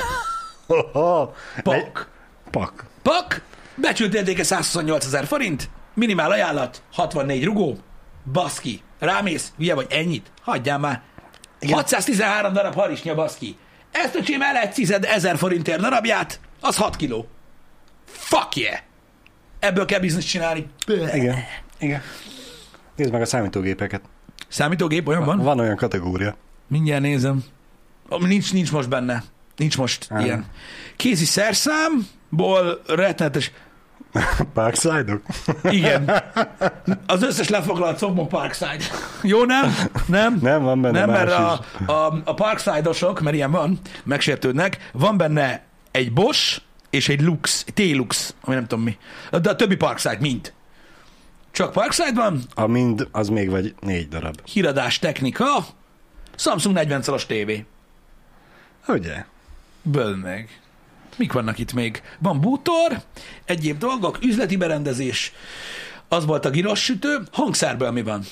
A: Pak.
B: Pak.
A: Becsült értéke 128 000 forint. Minimál ajánlat, 64 rugó. Baszki. Rámész, hülye vagy, ennyit? Hagyjál már. Igen. 613 darab harisnya, baszki. Ezt öcsém el lehet cized 1000 forintért darabját, az 6 kiló. Fuck yeah! Ebből kell bizniszt csinálni.
B: Igen. Nézd meg a számítógépeket.
A: Számítógép olyan van?
B: Van olyan kategória.
A: Mindjárt nézem. Nincs most benne. Nincs most ilyen. Kézi szerszámból rettenetes...
B: Parkside-ok?
A: Igen. Az összes lefoglalt szokmon Parkside. Jó, nem?
B: Nem, van benne
A: nem, mert
B: más is.
A: a Parkside-osok, mert ilyen van, megsértődnek, van benne egy Bosch és egy Lux, T-Lux, ami nem tudom mi. De a többi Parkside mind. Csak Parkside van.
B: A mind, az még vagy 4 darab.
A: Híradás technika, Samsung 40-szoros tévé.
B: Ugye?
A: Böld meg. Mik vannak itt még? Van bútor, egyéb dolgok, üzleti berendezés, az volt a giros sütő, hangszerből mi van?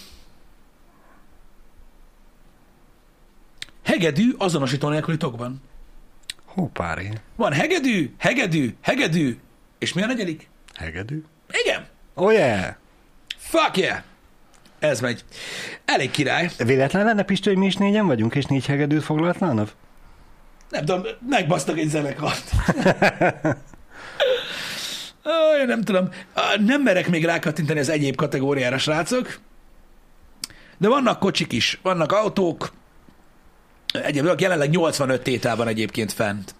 A: Hegedű azonosító nélküli tokban.
B: Hópári.
A: Van hegedű, és mi a negyedik?
B: Hegedű?
A: Igen.
B: Oh yeah!
A: Fuck yeah! Ez megy. Elég király.
B: Véletlen lenne, Pisti, hogy mi is 4-en vagyunk, és 4 hegedűt foglaltnának?
A: Nem tudom, megbasztak egy zenekart. Én nem tudom. Nem merek még rákattintani az egyéb kategóriára, srácok. De vannak kocsik is, vannak autók. Egyébként jelenleg 85 tétel van egyébként fent.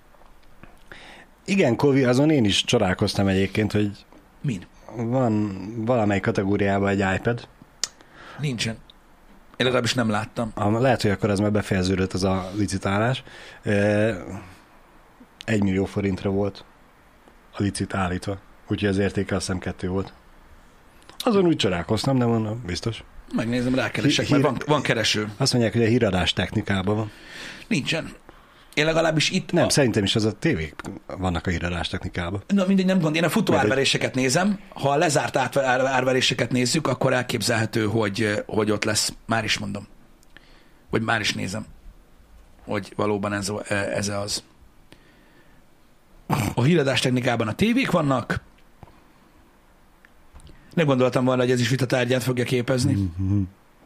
B: Igen, Kovi, azon én is csodálkoztam egyébként, hogy
A: Min?
B: van valamely kategóriában egy iPad.
A: Nincsen. Én legalábbis nem láttam.
B: Lehet, hogy akkor az már befejeződött az a licitálás. 1 millió forintra volt a licit állítva. Úgyhogy az értéke azt hiszem 2 volt. Azon úgy csodálkoztam, de mondom, biztos.
A: Megnézem, rákeresek, mert van kereső.
B: Azt mondják, hogy a híradás technikában van.
A: Nincsen. Én legalábbis itt...
B: Nem, szerintem is az a tévék vannak a híradás technikában.
A: Na mindegy, nem gond. Én a futó árveréseket nézem. Ha a lezárt árveréseket nézzük, akkor elképzelhető, hogy ott lesz. Már is mondom. Vagy már is nézem. Hogy valóban ez az. A híradás technikában a tévék vannak. Nem gondoltam volna, hogy ez is vitatárgyát fogja képezni.
B: Mm-hmm.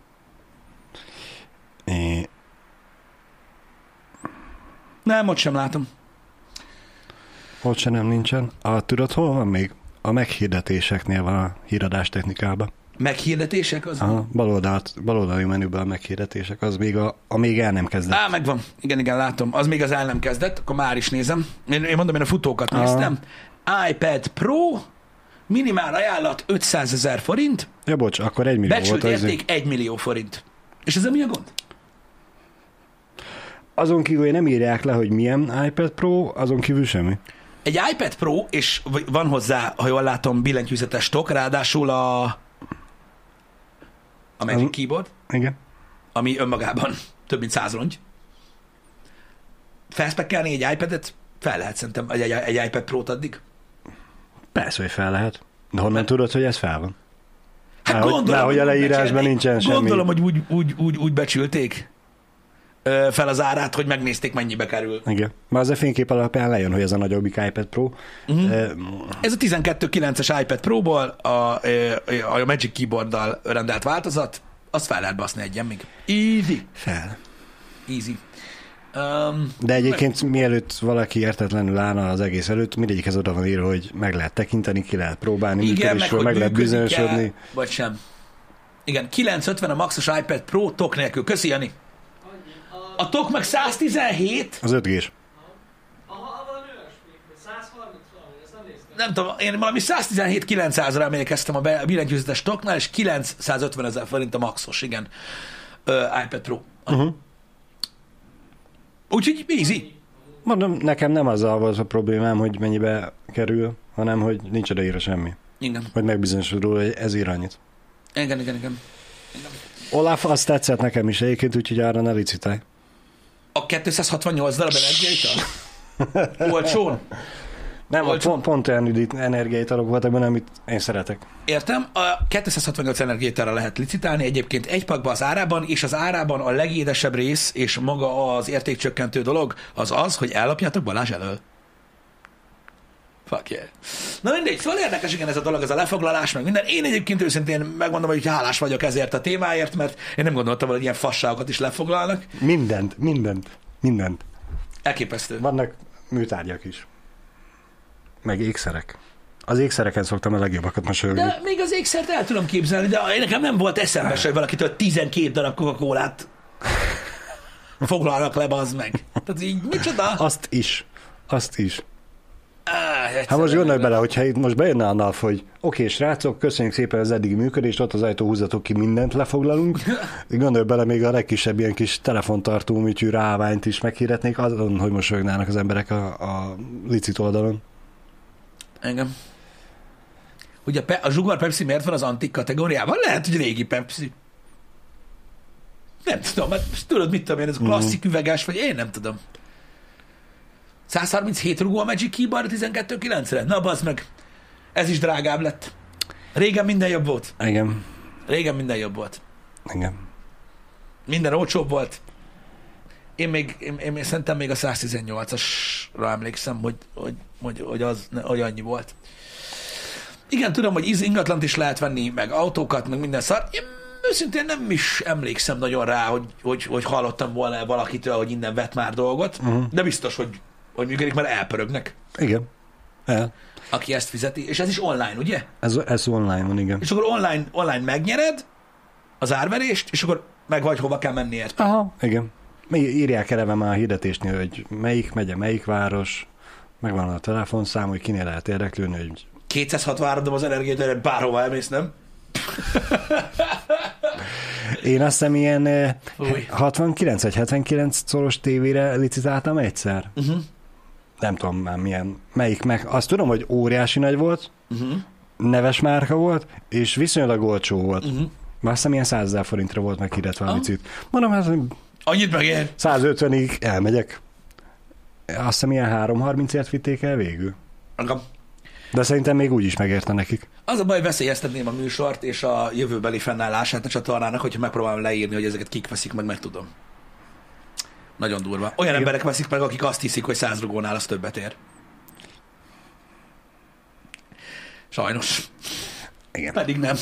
A: Nem, ott sem látom.
B: Ott sem nem nincsen. Tudod, hol van még? A meghirdetéseknél van a híradás technikában.
A: Meghirdetések? Az
B: baloldali menüben a meghirdetések, az még a még el nem kezdett.
A: Megvan. Igen, látom. Az még az el nem kezdett, akkor már is nézem. Én mondom, én a futókat néztem. iPad Pro, minimál ajánlat 500 000 forint.
B: Ja, bocs, akkor 1 millió
A: becsült
B: volt.
A: Becsült érték 1 millió forint. És ezzel mi a gond?
B: Azon kívül, hogy nem írják le, hogy milyen iPad Pro, azon kívül semmi.
A: Egy iPad Pro, és van hozzá, ha jól látom, billentyűzetes stok, ráadásul a Magic Keyboard.
B: Igen.
A: Ami önmagában több mint 100 rongy. Felspekkelni egy iPad-et? Fel lehet szerintem egy iPad Pro-t addig.
B: Persze, hogy fel lehet. De honnan tudod, hogy ez fel van?
A: Hát gondolom,
B: hogy a leírásban nincsen semmi.
A: Gondolom, hogy úgy becsülték fel az árát, hogy megnézték, mennyibe kerül.
B: Igen. Már az a fénykép alapján lejön, hogy ez a nagyobbik iPad Pro.
A: Ez a 12.9-es iPad Pro-ból a Magic Keyboarddal rendelt változat, azt fel lehet baszni egyen még. Easy.
B: Fel.
A: Easy.
B: De egyébként mielőtt valaki értetlenül állna az egész előtt, mindegyikhez oda van írva, hogy meg lehet tekinteni, ki lehet próbálni,
A: működésről,
B: meg lehet bizonyosodni.
A: Vagy sem. Igen, 950 a maxos iPad Pro tok nélkül. Köszi, Jani. A tok meg 117.
B: Az 5G-s.
A: Nem tudom, én valami 117-900-ra emlékeztem a billentyűzetes toknál, és 950 000 forint a maxos, igen. iPad Pro. Úgyhogy easy.
B: Mondom, nekem nem azzal volt a problémám, hogy mennyibe kerül, hanem hogy nincs odaírva semmi.
A: Igen.
B: Hogy megbizonyosod róla, hogy ez ír annyit.
A: Igen.
B: Olaf, azt tetszett nekem is egyébként, úgyhogy arra ne licitálj.
A: A 268 darab energiaital? Olcsón?
B: Nem, pont olyan energiaitalok voltak benne, amit én szeretek.
A: Értem, a 268 energiaitalra lehet licitálni, egyébként egy pakban az árában, és az árában a legédesebb rész, és maga az értékcsökkentő dolog, az, hogy ellopjátok Balázs elől. Fuck yeah. Na mindegy, szóval érdekes igen ez a dolog, ez a lefoglalás, meg minden. Én egyébként őszintén megmondom, hogy hálás vagyok ezért a témáért, mert én nem gondoltam, hogy ilyen fasságokat is lefoglalnak.
B: Mindent.
A: Elképesztő.
B: Vannak műtárgyak is. Meg ékszerek. Az ékszereken szoktam a legjobbakat mosolyogni.
A: De még az ékszert el tudom képzelni, de nekem nem volt eszembe se, hogy valakitől 12 darab Coca-Colát foglalnak le, bazd meg. Tehát így micsoda?
B: Azt is. Hát most gondolj bele, hogyha itt most bejönne a NAV, hogy oké, srácok, köszönjük szépen az eddigi működést, ott az ajtó, húzatok ki, mindent lefoglalunk. Gondolj bele, még a legkisebb ilyen kis telefontartó műtyű ráványt is meghirdetnék, azon, hogy mosolyognának az emberek a licit oldalon.
A: Engem. Ugye a Zsugor Pepsi miért van az antik kategóriában? Lehet, hogy régi Pepsi. Nem tudom, mert tudod, mit tudom én, ez a klasszik üveges, vagy én nem tudom. 137 rugó a Magic Keybar 12.9-re? Na bazd meg, ez is drágább lett. Régen minden jobb volt.
B: Igen.
A: Régen minden jobb volt.
B: Igen.
A: Minden olcsóbb volt. Én szerintem még a 118-asra emlékszem, hogy annyi volt. Igen, tudom, hogy ingatlant is lehet venni, meg autókat, meg minden szar. Én őszintén nem is emlékszem nagyon rá, hogy hallottam volna valakitől, hogy innen vett már dolgot, de biztos, hogy működik, mert elpörögnek.
B: Igen.
A: Aki ezt fizeti, és ez is online, ugye?
B: Ez online van, igen.
A: És akkor online megnyered az árverést, és akkor meg vagy hova kell menni érte.
B: Aha, igen. Írják eleve már a hirdetésnél, hogy melyik megye, melyik város, megvan a telefonszám, hogy kinél lehet érdeklődni, hogy
A: 263 az energiát, bárhova elmész, nem?
B: Én azt hiszem ilyen 69 vagy 79 szoros tévére licitáltam egyszer. Nem tudom már milyen, melyik meg. Azt tudom, hogy óriási nagy volt, neves márka volt, és viszonylag olcsó volt. Már azt hiszem ilyen 100 000 forintra volt meghirdetve a licit. Mondom, hát
A: annyit megér?
B: 150-ig elmegyek. Azt hiszem ilyen 330-ért vitték el végül. De szerintem még úgy is megérte nekik.
A: Az a baj, veszélyeztetném a műsort és a jövőbeli fennállását a csatornának, hogyha megpróbálom leírni, hogy ezeket kik veszik meg tudom. Nagyon durva. Olyan emberek veszik meg, akik azt hiszik, hogy 100 rugónál az többet ér. Sajnos.
B: Igen.
A: Pedig nem.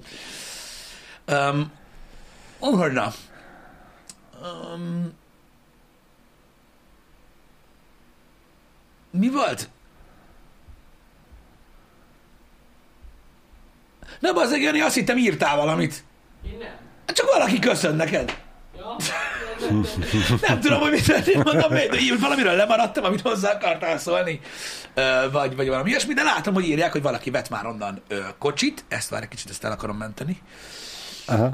A: Na. Mi volt? Na bazzeg, Jani, azt hittem írtál valamit.
C: Én nem.
A: Csak valaki köszön neked.
C: Ja,
A: Nem tudom, hogy mit történt, mondom, hogy valamiről lemaradtam, amit hozzá akartál szólni, vagy valami ilyesmi, de látom, hogy írják, hogy valaki vett már onnan kocsit, ezt várj egy kicsit, ezt el akarom menteni.
B: Aha.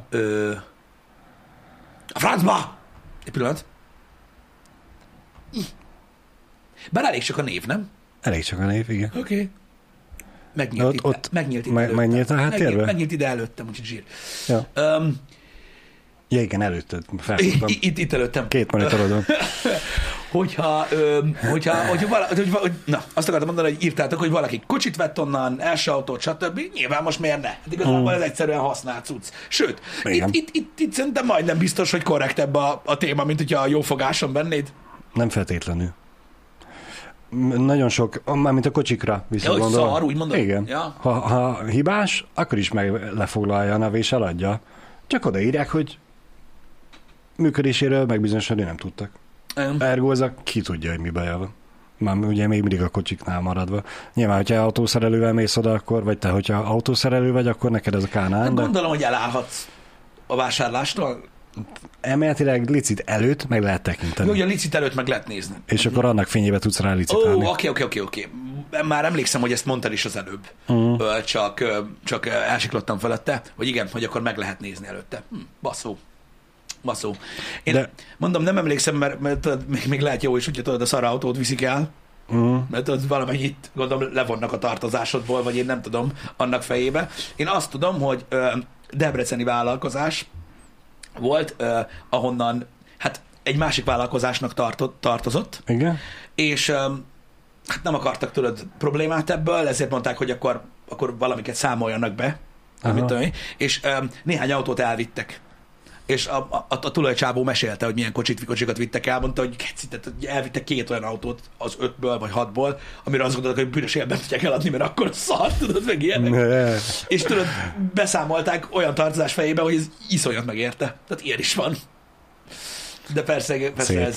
A: A francba! Egy pillanat. Bár elég csak a név, nem?
B: Elég csak a név, igen.
A: Oké. Okay. Megnyílt
B: a háttérben?
A: Megnyílt ide előttem, úgyhogy zsír.
B: Ja. Ja, igen, előtted. Felfogtam.
A: Itt előttem.
B: 2 monitorodon.
A: Na, azt akartam mondani, hogy írtátok, hogy valaki kocsit vett onnan, első autót, stb. Nyilván most miért ne? Hát igazából ez egyszerűen használt cucc. Sőt, itt szerintem majdnem biztos, hogy korrektebb a téma, mint hogyha a jófogáson vennéd.
B: Nem feltétlenül. Nagyon sok, mármint a kocsikra visszagondol.
A: Szar, úgy mondod?
B: Igen.
A: Ja.
B: Ha hibás, akkor is meg lefoglalja a NAV és eladja. Csak odaírják, hogy működéséről megbizonyosodni nem tudtak. Ergo ez ki tudja, hogy mi baja van. Már ugye még mindig a kocsiknál maradva. Nyilván, hogyha autószerelővel mész oda, akkor, vagy te, hogyha autószerelő vagy, akkor neked ez a Kánán.
A: De gondolom, hogy elállhatsz a vásárlástól.
B: Elméletileg licit előtt meg lehet tekinteni.
A: Jó, hogy a licit előtt meg lehet nézni.
B: És akkor annak fényébe tudsz rá licitálni.
A: Oké. Már emlékszem, hogy ezt mondtad is az előbb. Csak elsiklottam felette, hogy igen, hogy akkor meg lehet nézni előtte. Baszó. Én mondom, nem emlékszem, mert még lehet jó is, hogyha tudod, a szarautót viszik el, mert tudod, valamennyit gondolom levonnak a tartozásodból, vagy én nem tudom, annak fejébe. Én azt tudom, hogy debreceni vállalkozás volt, ahonnan hát egy másik vállalkozásnak tartozott.
B: Igen?
A: És hát nem akartak tudod problémát ebből, ezért mondták, hogy akkor valamiket számoljanak be, mit tudom én, és néhány autót elvittek. És a tulajcsávó mesélte, hogy milyen kocsikat vittek el, mondta, hogy elvittek 2 olyan autót az 5-ből vagy 6-ból, amire azt gondoltak, hogy büdös életben tudják eladni, mert akkor szar, tudod, meg ilyenek. És tudod, beszámolták olyan tartozás fejébe, hogy ez iszonyat megérte. Tehát ilyen is van. De persze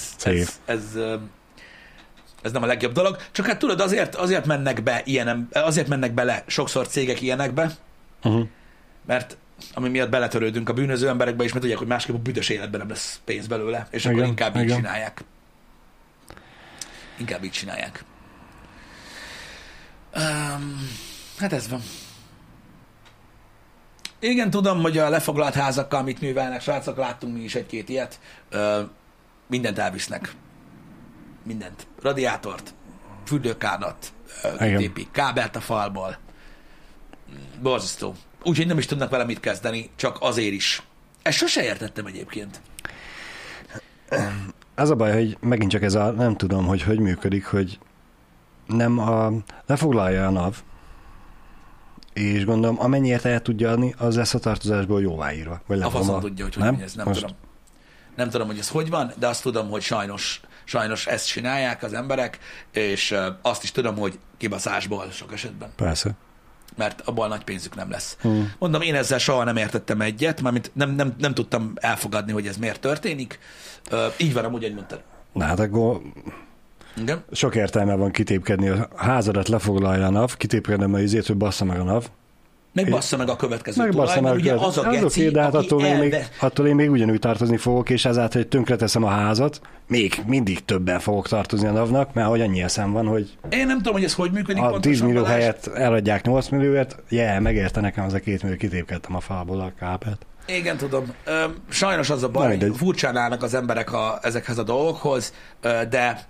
A: ez nem a legjobb dolog. Csak hát tudod, azért mennek bele sokszor cégek ilyenekbe, mert ami miatt beletörődünk a bűnöző emberekbe, és mert tudják, hogy másképp a büdös életben nem lesz pénz belőle, és akkor inkább így csinálják. Inkább így csinálják. Hát ez van. Igen, tudom, hogy a lefoglalt házakkal, amit művelnek, srácok, láttunk mi is 1-2 ilyet. Mindent elvisznek. Mindent. Radiátort, fürdőkádot, kitépik, kábelt a falból. Borzasztó. Úgyhogy nem is tudnak vele mit kezdeni, csak azért is. Ezt sose értettem egyébként.
B: Az a baj, hogy megint csak ez a, nem tudom, hogy működik, hogy nem lefoglalja a NAV, és gondolom, amennyiért el tudja adni, az lesz a tartozásból jóváírva. Vagy
A: a faszom tudja, hogy
B: nem?
A: Ez, nem tudom. Nem tudom, hogy ez hogy van, de azt tudom, hogy sajnos ezt csinálják az emberek, és azt is tudom, hogy kibaszásból sok esetben.
B: Persze.
A: Mert abból nagy pénzük nem lesz. Mondom, én ezzel soha nem értettem egyet, mármint nem tudtam elfogadni, hogy ez miért történik. Így van, amúgy, hogy mondtad.
B: Na hát akkor igen? Sok értelme van kitépkedni, a házadat lefoglalja a NAV, kitépkedem a izét, hogy bassza meg a NAV.
A: Meg bassza meg a következő tulaj, mert ugye az a geci,
B: de hát attól én még ugyanúgy tartozni fogok, és ezáltal, hogy tönkreteszem a házat, még mindig többen fogok tartozni a NAV-nak, mert hogy annyi eszem van, hogy
A: én nem tudom, hogy ez hogy működik
B: a 10 millió helyett eladják 8 millióért, megérte nekem az a 2 millió, kitépkedtem a fából a kábelt.
A: Igen, tudom. Sajnos az a baj, hogy furcsán állnak az emberek ezekhez a dolgokhoz, de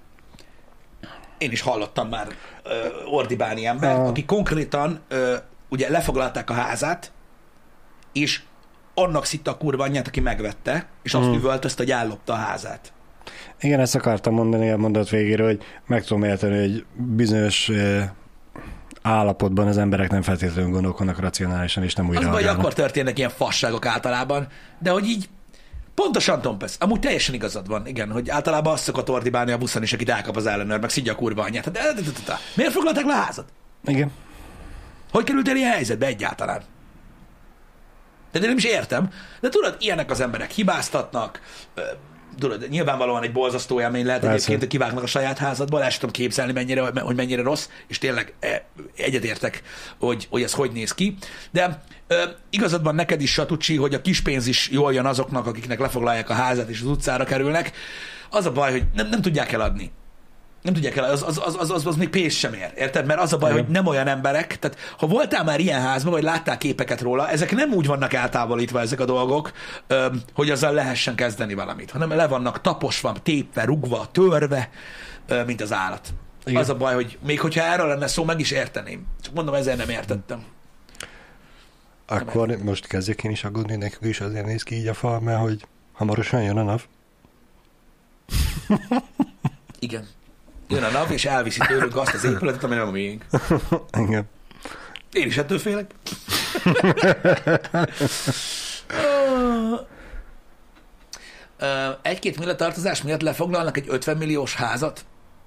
A: én is hallottam már ordibálni embert, aki konkrétan ugye lefoglalták a házát, és annak szitta a kurva anyját, aki megvette, és azt üvöltözte, hogy ellopta a házát.
B: Igen, ezt akartam mondani a mondat végére, hogy meg tudom érteni, hogy bizonyos állapotban az emberek nem feltétlenül gondolkodnak racionálisan, és nem úgy reagálnak.
A: Az baj, akkor történnek ilyen fasságok általában, de hogy így pontosan, Tompesz, amúgy teljesen igazad van, igen, hogy általában azt szokott ordibálni a buszon is, akit elkap az ellenőr, meg szidja a kurva anyját. Miért foglalták le a házat? Igen. Hogy kerültél ilyen helyzetbe egyáltalán? De én nem is értem. De tudod, ilyenek az emberek hibáztatnak, tudod, nyilvánvalóan egy borzasztó élmény lehet egyébként, hogy kivágnak a saját házadból, el sem tudom képzelni, hogy mennyire rossz, és tényleg egyetértek, hogy ez hogy néz ki. De igazad van neked is, Satucsi, hogy a kispénz is jól jön azoknak, akiknek lefoglalják a házat és az utcára kerülnek. Az a baj, hogy nem tudják eladni. Nem tudják el, az még pénzt sem ér, érted? Mert az a baj, hogy nem olyan emberek, tehát ha voltál már ilyen házban, vagy láttál képeket róla, ezek nem úgy vannak eltávolítva ezek a dolgok, hogy azzal lehessen kezdeni valamit, hanem le vannak taposva, tépve, rugva, törve, mint az állat. Igen. Az a baj, hogy még hogyha erről lenne szó, meg is érteném. Csak mondom, ezzel nem értettem.
B: Akkor nem most kezdjek én is aggódni, nekünk is azért néz ki így a fal, mert hogy hamarosan jön a NAV.
A: Igen. Jön a NAV, és elviszi tőlük azt az épületet, ami nem a miénk.
B: Igen.
A: Én is ettől félek. Egy-két millió tartozás miatt lefoglalnak egy 50 milliós házat?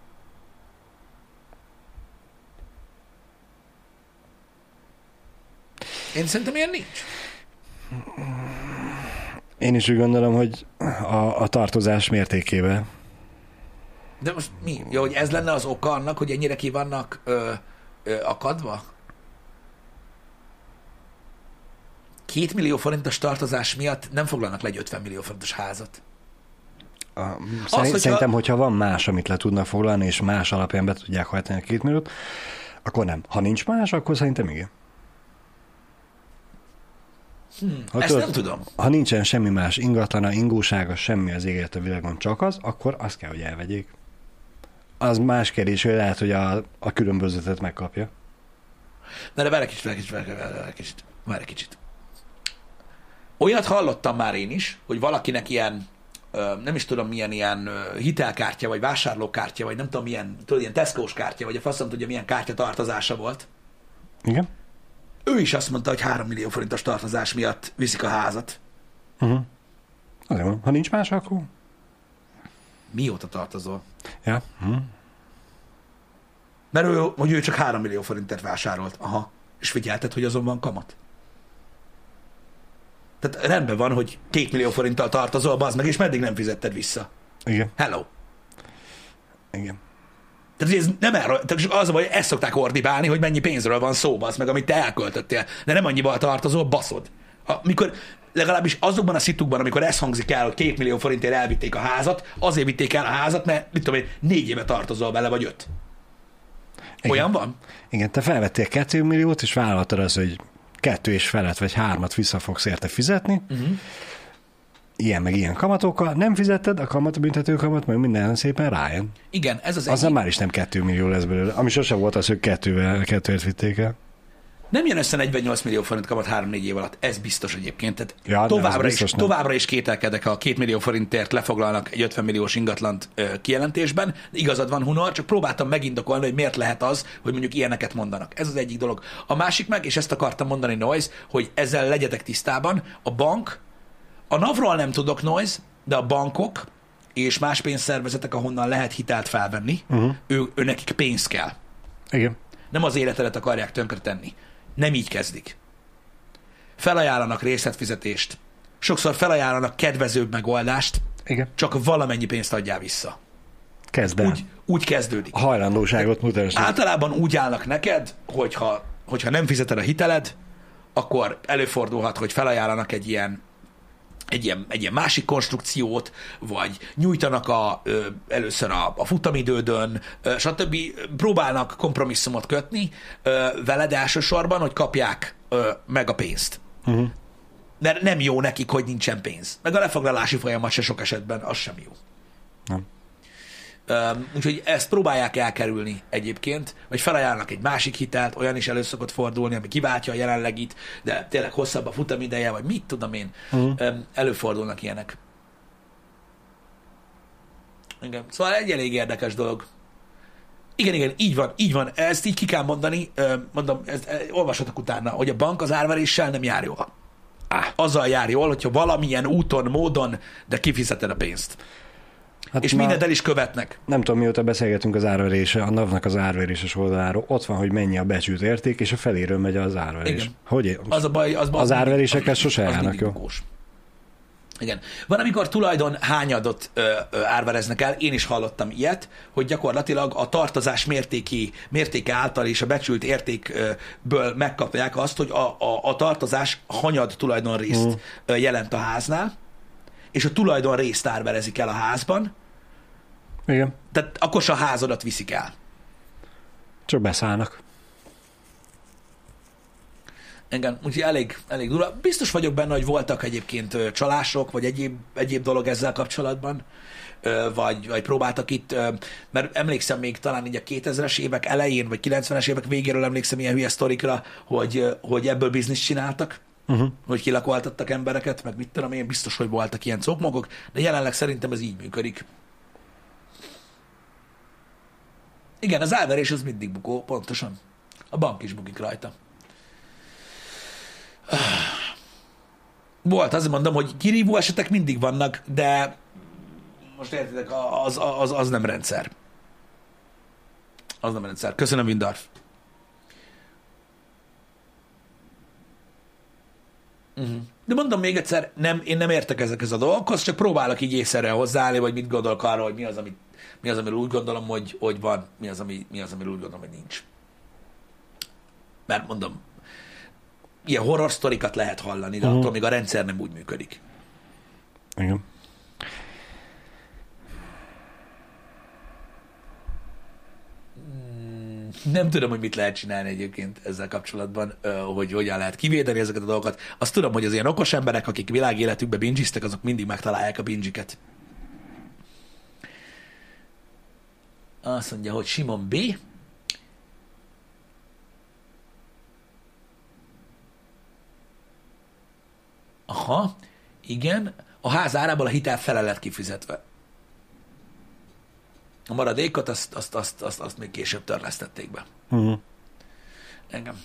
A: Én szerintem ilyen nincs.
B: Én is úgy gondolom, hogy a tartozás mértékével.
A: De most mi? Ja, hogy ez lenne az oka annak, hogy ennyire ki vannak akadva? 2 millió forintos tartozás miatt nem foglalnak le egy 50 millió forintos házat.
B: Szerintem, hogyha van más, amit le tudnak foglalni, és más alapján be tudják hajtani a 2 milliót, akkor nem. Ha nincs más, akkor szerintem igen.
A: Ezt nem tudom.
B: Ha nincsen semmi más ingatlana, ingósága, semmi az égért a világon, csak az, akkor azt kell, hogy elvegyék. Az más kérdés, hogy lehet, hogy a különbözetet megkapja.
A: Na de várj egy kicsit. Olyat hallottam már én is, hogy valakinek ilyen nem is tudom milyen ilyen hitelkártya, vagy vásárlókártya, vagy nem tudom milyen, tudod, ilyen Tesco-s kártya, vagy a faszom tudja milyen kártya tartozása volt.
B: Igen.
A: Ő is azt mondta, hogy 3 millió forintos tartozás miatt viszik a házat.
B: Azért van. Ha nincs más, akkor...
A: Mióta tartozol?
B: Ja.
A: Mert ő csak 3 millió forintért vásárolt. Aha. És figyelted, hogy azon van kamat? Tehát rendben van, hogy 2 millió forinttal tartozol, bazd meg, és meddig nem fizetted vissza.
B: Igen.
A: Hello.
B: Igen.
A: Tehát ez nem erről, tehát az a baj, hogy ezt szokták ordibálni, hogy mennyi pénzről van szó, bazd meg, amit te elköltöttél. De nem annyival tartozol, baszod. Amikor legalábbis azokban a szitukban, amikor ez hangzik el, hogy 2 millió forintért elvitték a házat, azért vitték el a házat, mert mit tudom én, 4 éve tartozol bele, vagy 5. Olyan van?
B: Igen, te felvettél 2 milliót, és vállaltad az, hogy 2,5 vagy 3 vissza fogsz érte fizetni. Ilyen meg ilyen kamatokkal. Nem fizetted, a kamat, a büntető kamat, meg minden szépen rájön.
A: Igen, ez az
B: Azzal már is nem 2 millió lesz belőle. Ami sosem volt az, hogy kettőért vitték el.
A: Nem jön össze 48 millió forint kamat 3-4 év alatt. Ez biztos egyébként. Tehát
B: Ja,
A: továbbra is kételkedek, ha 2 millió forintért lefoglalnak egy 50 milliós ingatlant kijelentésben. Igazad van, Hunor, csak próbáltam megindokolni, hogy miért lehet az, hogy mondjuk ilyeneket mondanak. Ez az egyik dolog. A másik meg, és ezt akartam mondani, Noise, hogy ezzel legyetek tisztában, a bank, a NAV-ról nem tudok, Noise, de a bankok és más pénzszervezetek, ahonnan lehet hitelt felvenni, ő nekik pénz kell.
B: Igen.
A: Nem az életedet akarják tönkretenni. Nem így kezdik. Felajánlanak részletfizetést. Sokszor felajánlanak kedvezőbb megoldást,
B: Igen.
A: csak valamennyi pénzt adjál vissza.
B: Kezd el.
A: Úgy kezdődik.
B: A hajlandóságot mutasd.
A: Általában úgy állnak neked, hogyha nem fizeted a hiteled, akkor előfordulhat, hogy felajánlanak egy ilyen másik konstrukciót, vagy nyújtanak először a futamidődön, stb. Próbálnak kompromisszumot kötni veled elsősorban, hogy kapják meg a pénzt. Mert nem jó nekik, hogy nincsen pénz. Meg a lefoglalási folyamat se sok esetben, az sem jó.
B: Nem.
A: Úgyhogy ezt próbálják elkerülni egyébként, vagy felajánlnak egy másik hitelt, olyan is elő szokott fordulni, ami kiváltja a jelenlegit, de tényleg hosszabb a futamideje, vagy mit tudom én, előfordulnak ilyenek. Igen. Szóval egy elég érdekes dolog. Igen, így van. Ezt így ki kell mondani, mondom, olvassatok utána, hogy a bank az árveréssel nem jár jól. Azzal jár jól, hogyha valamilyen úton, módon, de kifizeted a pénzt. Hát és mindent el is követnek.
B: Nem tudom, mióta beszélgetünk az árverése, a NAV-nak az árveréses oldaláról, ott van, hogy mennyi a becsült érték, és a feléről megy az árverés.
A: Igen.
B: Hogy
A: az a baj,
B: az árverésekkel sose járnak jó.
A: Igen. Van, amikor tulajdon hányadot árvereznek el, én is hallottam ilyet, hogy gyakorlatilag a tartozás mértéke által és a becsült értékből megkapják azt, hogy a tartozás hanyad tulajdonrészt jelent a háznál, és a tulajdonrészt árverezik el a házban.
B: Igen.
A: Tehát akkor se a házadat viszik el.
B: Csak beszállnak.
A: Igen, úgyhogy elég durva. Biztos vagyok benne, hogy voltak egyébként csalások, vagy egyéb dolog ezzel kapcsolatban, vagy próbáltak itt, mert emlékszem még talán így a 2000-es évek elején, vagy 90-es évek végéről emlékszem ilyen hülye sztorikra, hogy ebből bizniszt csináltak, hogy kilakoltattak embereket, meg mit tudom én, biztos, hogy voltak ilyen cokmogok, de jelenleg szerintem ez így működik. Igen, az árverés az mindig bukó, pontosan. A bank is bukik rajta. Volt, azért mondom, hogy kirívó esetek mindig vannak, de most értitek, az nem rendszer. Az nem rendszer. Köszönöm, Windarf. De mondom még egyszer, én nem értek ezekhez a dolgokhoz, csak próbálok így észre hozzáállni, vagy mit gondolok arra, hogy mi az, amiről úgy gondolom, hogy van, mi az, amiről úgy gondolom, hogy nincs. Mert mondom, ilyen horror sztorikat lehet hallani, de attól még a rendszer nem úgy működik.
B: Igen.
A: Nem tudom, hogy mit lehet csinálni egyébként ezzel kapcsolatban, hogy hogyan lehet kivédeni ezeket a dolgokat. Azt tudom, hogy az ilyen okos emberek, akik világéletükben bingiztek, azok mindig megtalálják a bingiket. Azt mondja, hogy Simon B. Aha, igen. a ház árából a hitel fele lett kifizetve. A maradékot azt még később törlesztették be. Engem.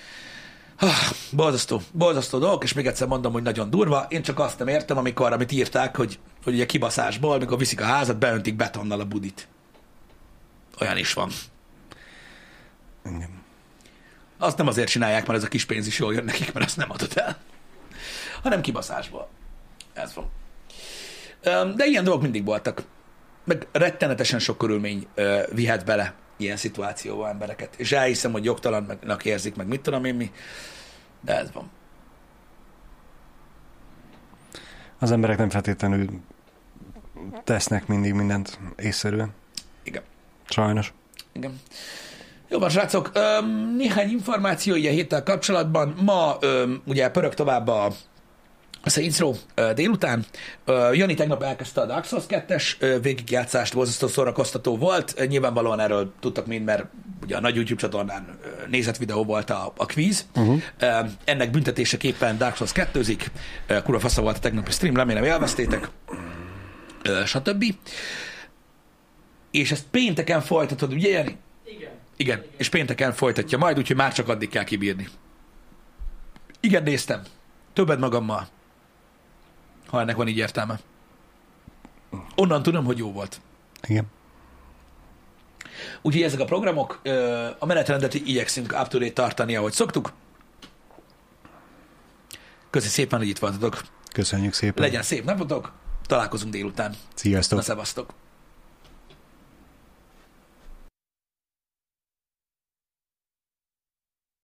A: Borzasztó dolgok, és még egyszer mondom, hogy nagyon durva. Én csak azt nem értem, amit írták, hogy ugye kibaszásból, amikor viszik a házat, beöntik betonnal a budit. Olyan is van.
B: Igen.
A: Azt nem azért csinálják, mert ez a kis pénz is jól jön nekik, mert azt nem adott el. Hanem kibaszásból. Ez van. De ilyen dolgok mindig voltak. Meg rettenetesen sok körülmény vihet bele ilyen szituációval embereket. És elhiszem, hogy jogtalannak érzik, meg mit tudom én mi. De ez van.
B: Az emberek nem feltétlenül tesznek mindig mindent észszerűen.
A: Igen.
B: Sajnos.
A: Igen. Jó van, srácok. Néhány információ ilyen héttel kapcsolatban. Ma ugye pörög tovább a Saints Row délután. Jani tegnap elkezdte a Dark Souls 2-es végigjátszást, borzasztó szórakoztató volt. Nyilvánvalóan erről tudtak mind, mert ugye a nagy YouTube csatornán nézett videó volt a quiz. Ennek büntetéseképpen Dark Souls 2-zik. Kurva fasza volt a tegnapi stream, remélem élveztétek. Stb. És ezt pénteken folytatod, ugye Jani? Igen, és pénteken folytatja majd, úgyhogy már csak addig kell kibírni. Igen, néztem. Többet magammal. Ha ennek van így értelme. Onnan tudom, hogy jó volt.
B: Igen.
A: Úgyhogy ezek a programok, a menetrendet igyekszünk up-to-date tartani, ahogy szoktuk. Köszönjük szépen, hogy itt voltatok.
B: Köszönjük szépen.
A: Legyen szép napotok, találkozunk délután.
B: Sziasztok.
A: Na, szevasztok.